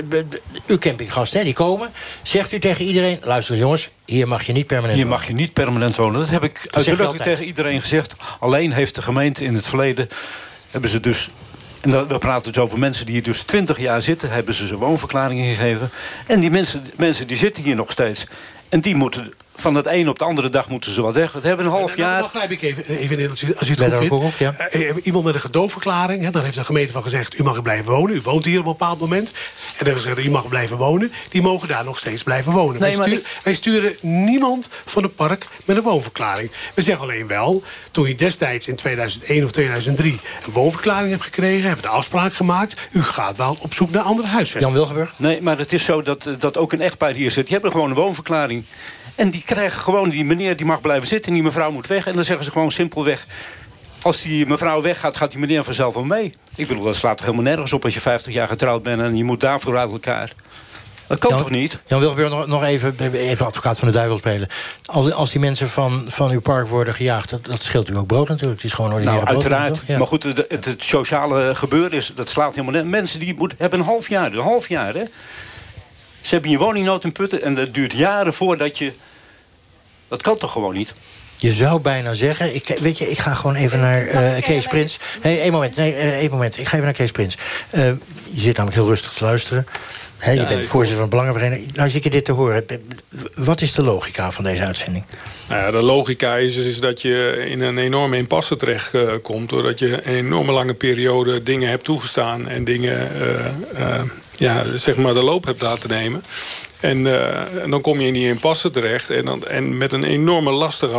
uw campinggasten, die komen. Zegt u tegen iedereen, luister jongens, hier mag je niet permanent Hier wonen. mag je niet permanent wonen. Dat heb ik uitdrukkelijk tegen iedereen gezegd. Alleen heeft de gemeente in het verleden... hebben ze dus... En dat, we praten dus over mensen die hier dus twintig jaar zitten... hebben ze ze woonverklaringen gegeven. En die mensen, mensen die zitten hier nog steeds. En die moeten... Van het een op de andere dag moeten ze wat weg. We hebben een half jaar... Dat begrijp ik even, even in, als u het goed vindt. Ook, ja. uh, iemand met een gedoogverklaring. Hè, daar heeft de gemeente van gezegd... u mag er blijven wonen. U woont hier op een bepaald moment. En dan hebben ze gezegd, u mag blijven wonen. Die mogen daar nog steeds blijven wonen. Nee, wij, sturen, ik... wij sturen niemand van het park met een woonverklaring. We zeggen alleen wel... toen je destijds in tweeduizend één of tweeduizend drie... een woonverklaring hebt gekregen... hebben we de afspraak gemaakt... u gaat wel op zoek naar andere huisvesting. Jan Wilgenburg? Nee, maar het is zo dat, dat ook een echtpaar hier zit. Die hebben gewoon een woonverklaring... En die krijgen gewoon, die meneer die mag blijven zitten... en die mevrouw moet weg. En dan zeggen ze gewoon simpelweg... als die mevrouw weggaat, gaat die meneer vanzelf wel mee. Ik bedoel, dat slaat toch helemaal nergens op... als je vijftig jaar getrouwd bent en je moet daarvoor uit elkaar. Dat kan Jan, toch niet? Jan Wilgenburg, nog, nog even, even advocaat van de duivel spelen. Als, als die mensen van, van uw park worden gejaagd... Dat, dat scheelt u ook brood natuurlijk. Het is gewoon ordinaire nou, brood. Uiteraard. Ja. Maar goed, het, het, het sociale gebeuren is... dat slaat helemaal nergens. Mensen die moet, hebben een half jaar. Een half jaar, hè? Ze hebben je woningnood in Putten... en dat duurt jaren voordat je... Dat kan toch gewoon niet? Je zou bijna zeggen... Ik, weet je, ik ga gewoon even naar uh, Kees Prins. Nee, één moment. Nee, uh, één moment. Ik ga even naar Kees Prins. Uh, je zit namelijk heel rustig te luisteren. He, je ja, bent voorzitter van de Belangenvereniging. Nou zit je dit te horen. Wat is de logica van deze uitzending? Nou ja, de logica is, is dat je in een enorme impasse terecht uh, komt... doordat je een enorme lange periode dingen hebt toegestaan... en dingen, uh, uh, ja, zeg maar, de loop hebt laten nemen... En, uh, en dan kom je in die impasse terecht. En, dan, en met een enorme lastige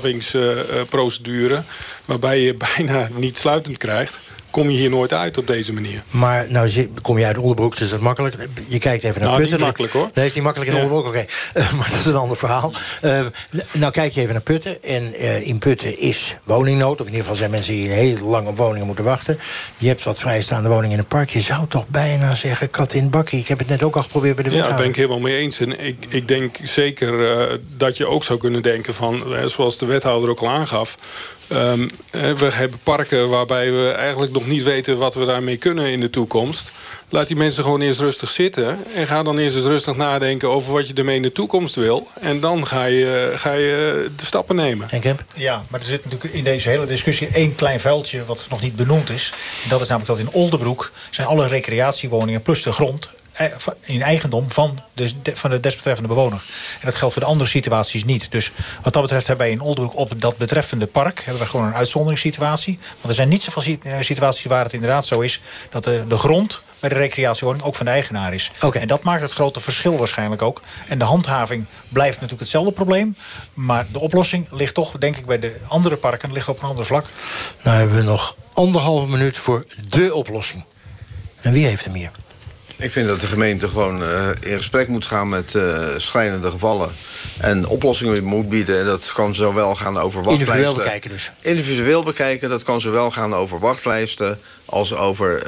handhavingsprocedure... Uh, waarbij je bijna niet sluitend krijgt... kom je hier nooit uit op deze manier. Maar nou kom je uit Oldebroek, dus dat is makkelijk. Je kijkt even naar nou, Putten. Niet makkelijk, hoor. Nee, is niet makkelijk in ja. Oldebroek, oké. Okay. Uh, maar dat is een ander verhaal. Uh, nou kijk je even naar Putten. En uh, in Putten is woningnood. Of in ieder geval zijn mensen die heel lang op woningen moeten wachten. Je hebt wat vrijstaande woningen in het park. Je zou toch bijna zeggen, kat in het bakkie. Ik heb het net ook al geprobeerd bij de wethouder. Ja, daar ben ik helemaal mee eens. En ik, ik denk zeker uh, dat je ook zou kunnen denken van... Uh, zoals de wethouder ook al aangaf... Um, we hebben parken waarbij we eigenlijk nog niet weten... wat we daarmee kunnen in de toekomst. Laat die mensen gewoon eerst rustig zitten... en ga dan eerst eens rustig nadenken over wat je ermee in de toekomst wil. En dan ga je, ga je de stappen nemen. En Kemp? Ja, maar er zit natuurlijk in deze hele discussie één klein vuiltje... wat nog niet benoemd is. En dat is namelijk dat in Oldebroek zijn alle recreatiewoningen plus de grond... in eigendom van de, van de desbetreffende bewoner. En dat geldt voor de andere situaties niet. Dus wat dat betreft hebben wij in Oldebroek op dat betreffende park... hebben we gewoon een uitzonderingssituatie. Want er zijn niet zoveel situaties waar het inderdaad zo is... dat de, de grond bij de recreatiewoning ook van de eigenaar is. Okay. En dat maakt het grote verschil waarschijnlijk ook. En de handhaving blijft natuurlijk hetzelfde probleem. Maar de oplossing ligt toch, denk ik, bij de andere parken... ligt op een ander vlak. Nou hebben we nog anderhalve minuut voor dé oplossing. En wie heeft hem hier? Ik vind dat de gemeente gewoon uh, in gesprek moet gaan met uh, schrijnende gevallen. En oplossingen moet bieden. En dat kan zowel gaan over wachtlijsten. Individueel bekijken dus. Individueel bekijken. Dat kan zowel gaan over wachtlijsten als over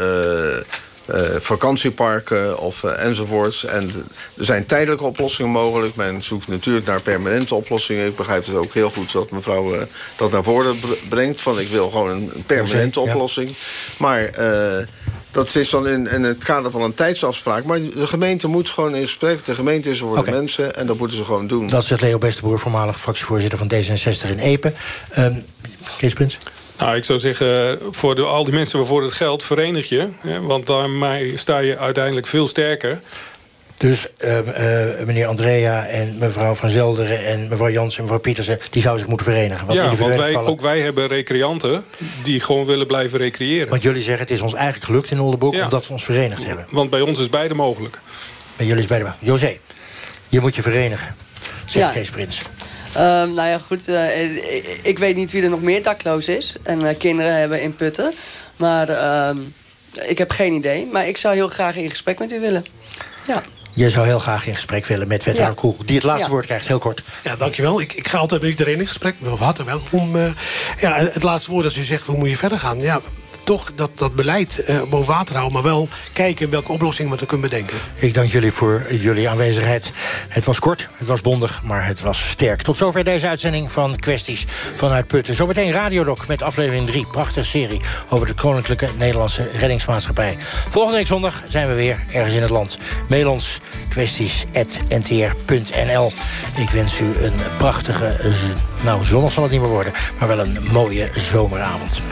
uh, uh, vakantieparken of uh, enzovoorts. En er zijn tijdelijke oplossingen mogelijk. Men zoekt natuurlijk naar permanente oplossingen. Ik begrijp het ook heel goed dat mevrouw uh, dat naar voren brengt. Van ik wil gewoon een permanente oplossing. Ja. Maar... Uh, Dat is dan in, in het kader van een tijdsafspraak. Maar de gemeente moet gewoon in gesprek. De gemeente is er voor okay. de mensen en dat moeten ze gewoon doen. Dat zegt Leo Besterbroer, voormalig fractievoorzitter van D zesenzestig in Epe. Um, Kees Prins? Nou, ik zou zeggen, voor de, al die mensen waarvoor het geldt, verenig je. Hè, want daarmee sta je uiteindelijk veel sterker. Dus uh, uh, meneer Andrea en mevrouw Van Zelderen en mevrouw Jansen en mevrouw Pietersen... die zouden zich moeten verenigen. Want ja, want wij, gevallen... ook wij hebben recreanten die gewoon willen blijven recreëren. Want jullie zeggen, het is ons eigenlijk gelukt in Oldebroek... Ja. omdat we ons verenigd hebben. Want bij ons is beide mogelijk. Bij jullie is beide mogelijk. José, je moet je verenigen, zegt ja. Kees Prins. Um, nou ja, goed, uh, ik, ik weet niet wie er nog meer dakloos is... en uh, kinderen hebben in Putten. Maar uh, ik heb geen idee. Maar ik zou heel graag in gesprek met u willen. Ja. Je zou heel graag in gesprek willen met wethouder ja. Kroeg... die het laatste ja. woord krijgt, heel kort. Ja, dankjewel. Ik, ik ga altijd met iedereen in gesprek. Of had er wel. Om, uh, ja, het laatste woord als u zegt, hoe moet je verder gaan? Ja, toch dat, dat beleid uh, boven water houden, maar wel kijken welke oplossingen we er kunnen bedenken. Ik dank jullie voor jullie aanwezigheid. Het was kort, het was bondig, maar het was sterk. Tot zover deze uitzending van Kwesties vanuit Putten. Zometeen Radiodoc met aflevering drie. Prachtige serie over de Koninklijke Nederlandse Reddingsmaatschappij. Volgende week zondag zijn we weer ergens in het land. Mail ons kwesties apenstaartje n t r punt n l. Ik wens u een prachtige, nou zonnig zal het niet meer worden, maar wel een mooie zomeravond.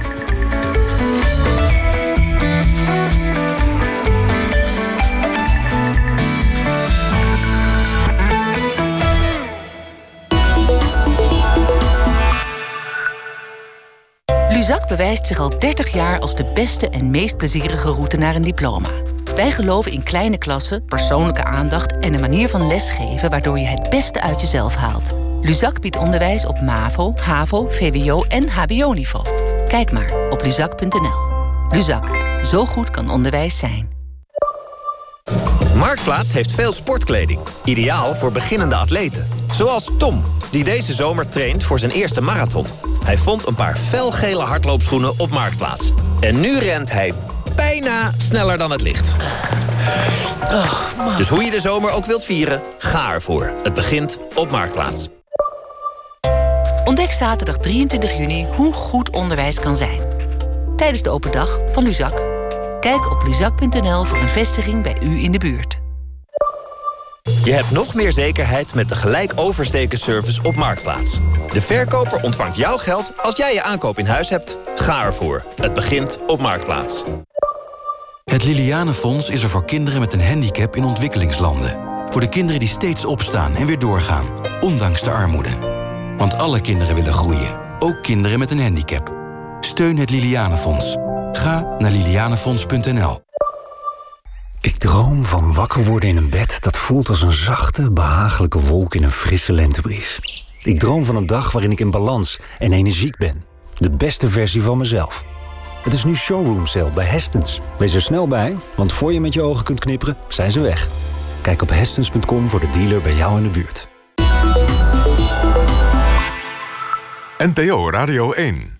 Luzak bewijst zich al dertig jaar als de beste en meest plezierige route naar een diploma. Wij geloven in kleine klassen, persoonlijke aandacht en een manier van lesgeven waardoor je het beste uit jezelf haalt. Luzak biedt onderwijs op MAVO, HAVO, V W O en H B O-niveau. Kijk maar op luzak punt n l. Luzak, zo goed kan onderwijs zijn. Marktplaats heeft veel sportkleding. Ideaal voor beginnende atleten. Zoals Tom, die deze zomer traint voor zijn eerste marathon. Hij vond een paar felgele hardloopschoenen op Marktplaats. En nu rent hij bijna sneller dan het licht. Dus hoe je de zomer ook wilt vieren, ga ervoor. Het begint op Marktplaats. Ontdek zaterdag drieëntwintig juni hoe goed onderwijs kan zijn. Tijdens de open dag van Luzak. Kijk op luzak punt n l voor een vestiging bij u in de buurt. Je hebt nog meer zekerheid met de gelijk oversteken service op Marktplaats. De verkoper ontvangt jouw geld als jij je aankoop in huis hebt. Ga ervoor. Het begint op Marktplaats. Het Lilianenfonds is er voor kinderen met een handicap in ontwikkelingslanden. Voor de kinderen die steeds opstaan en weer doorgaan, ondanks de armoede. Want alle kinderen willen groeien, ook kinderen met een handicap. Steun het Lilianenfonds. Ga naar lilianenfonds punt n l. Ik droom van wakker worden in een bed dat voelt als een zachte, behagelijke wolk in een frisse lentebries. Ik droom van een dag waarin ik in balans en energiek ben. De beste versie van mezelf. Het is nu showroom sale bij Hestens. Wees er snel bij, want voor je met je ogen kunt knipperen, zijn ze weg. Kijk op hestens punt com voor de dealer bij jou in de buurt. N P O Radio één.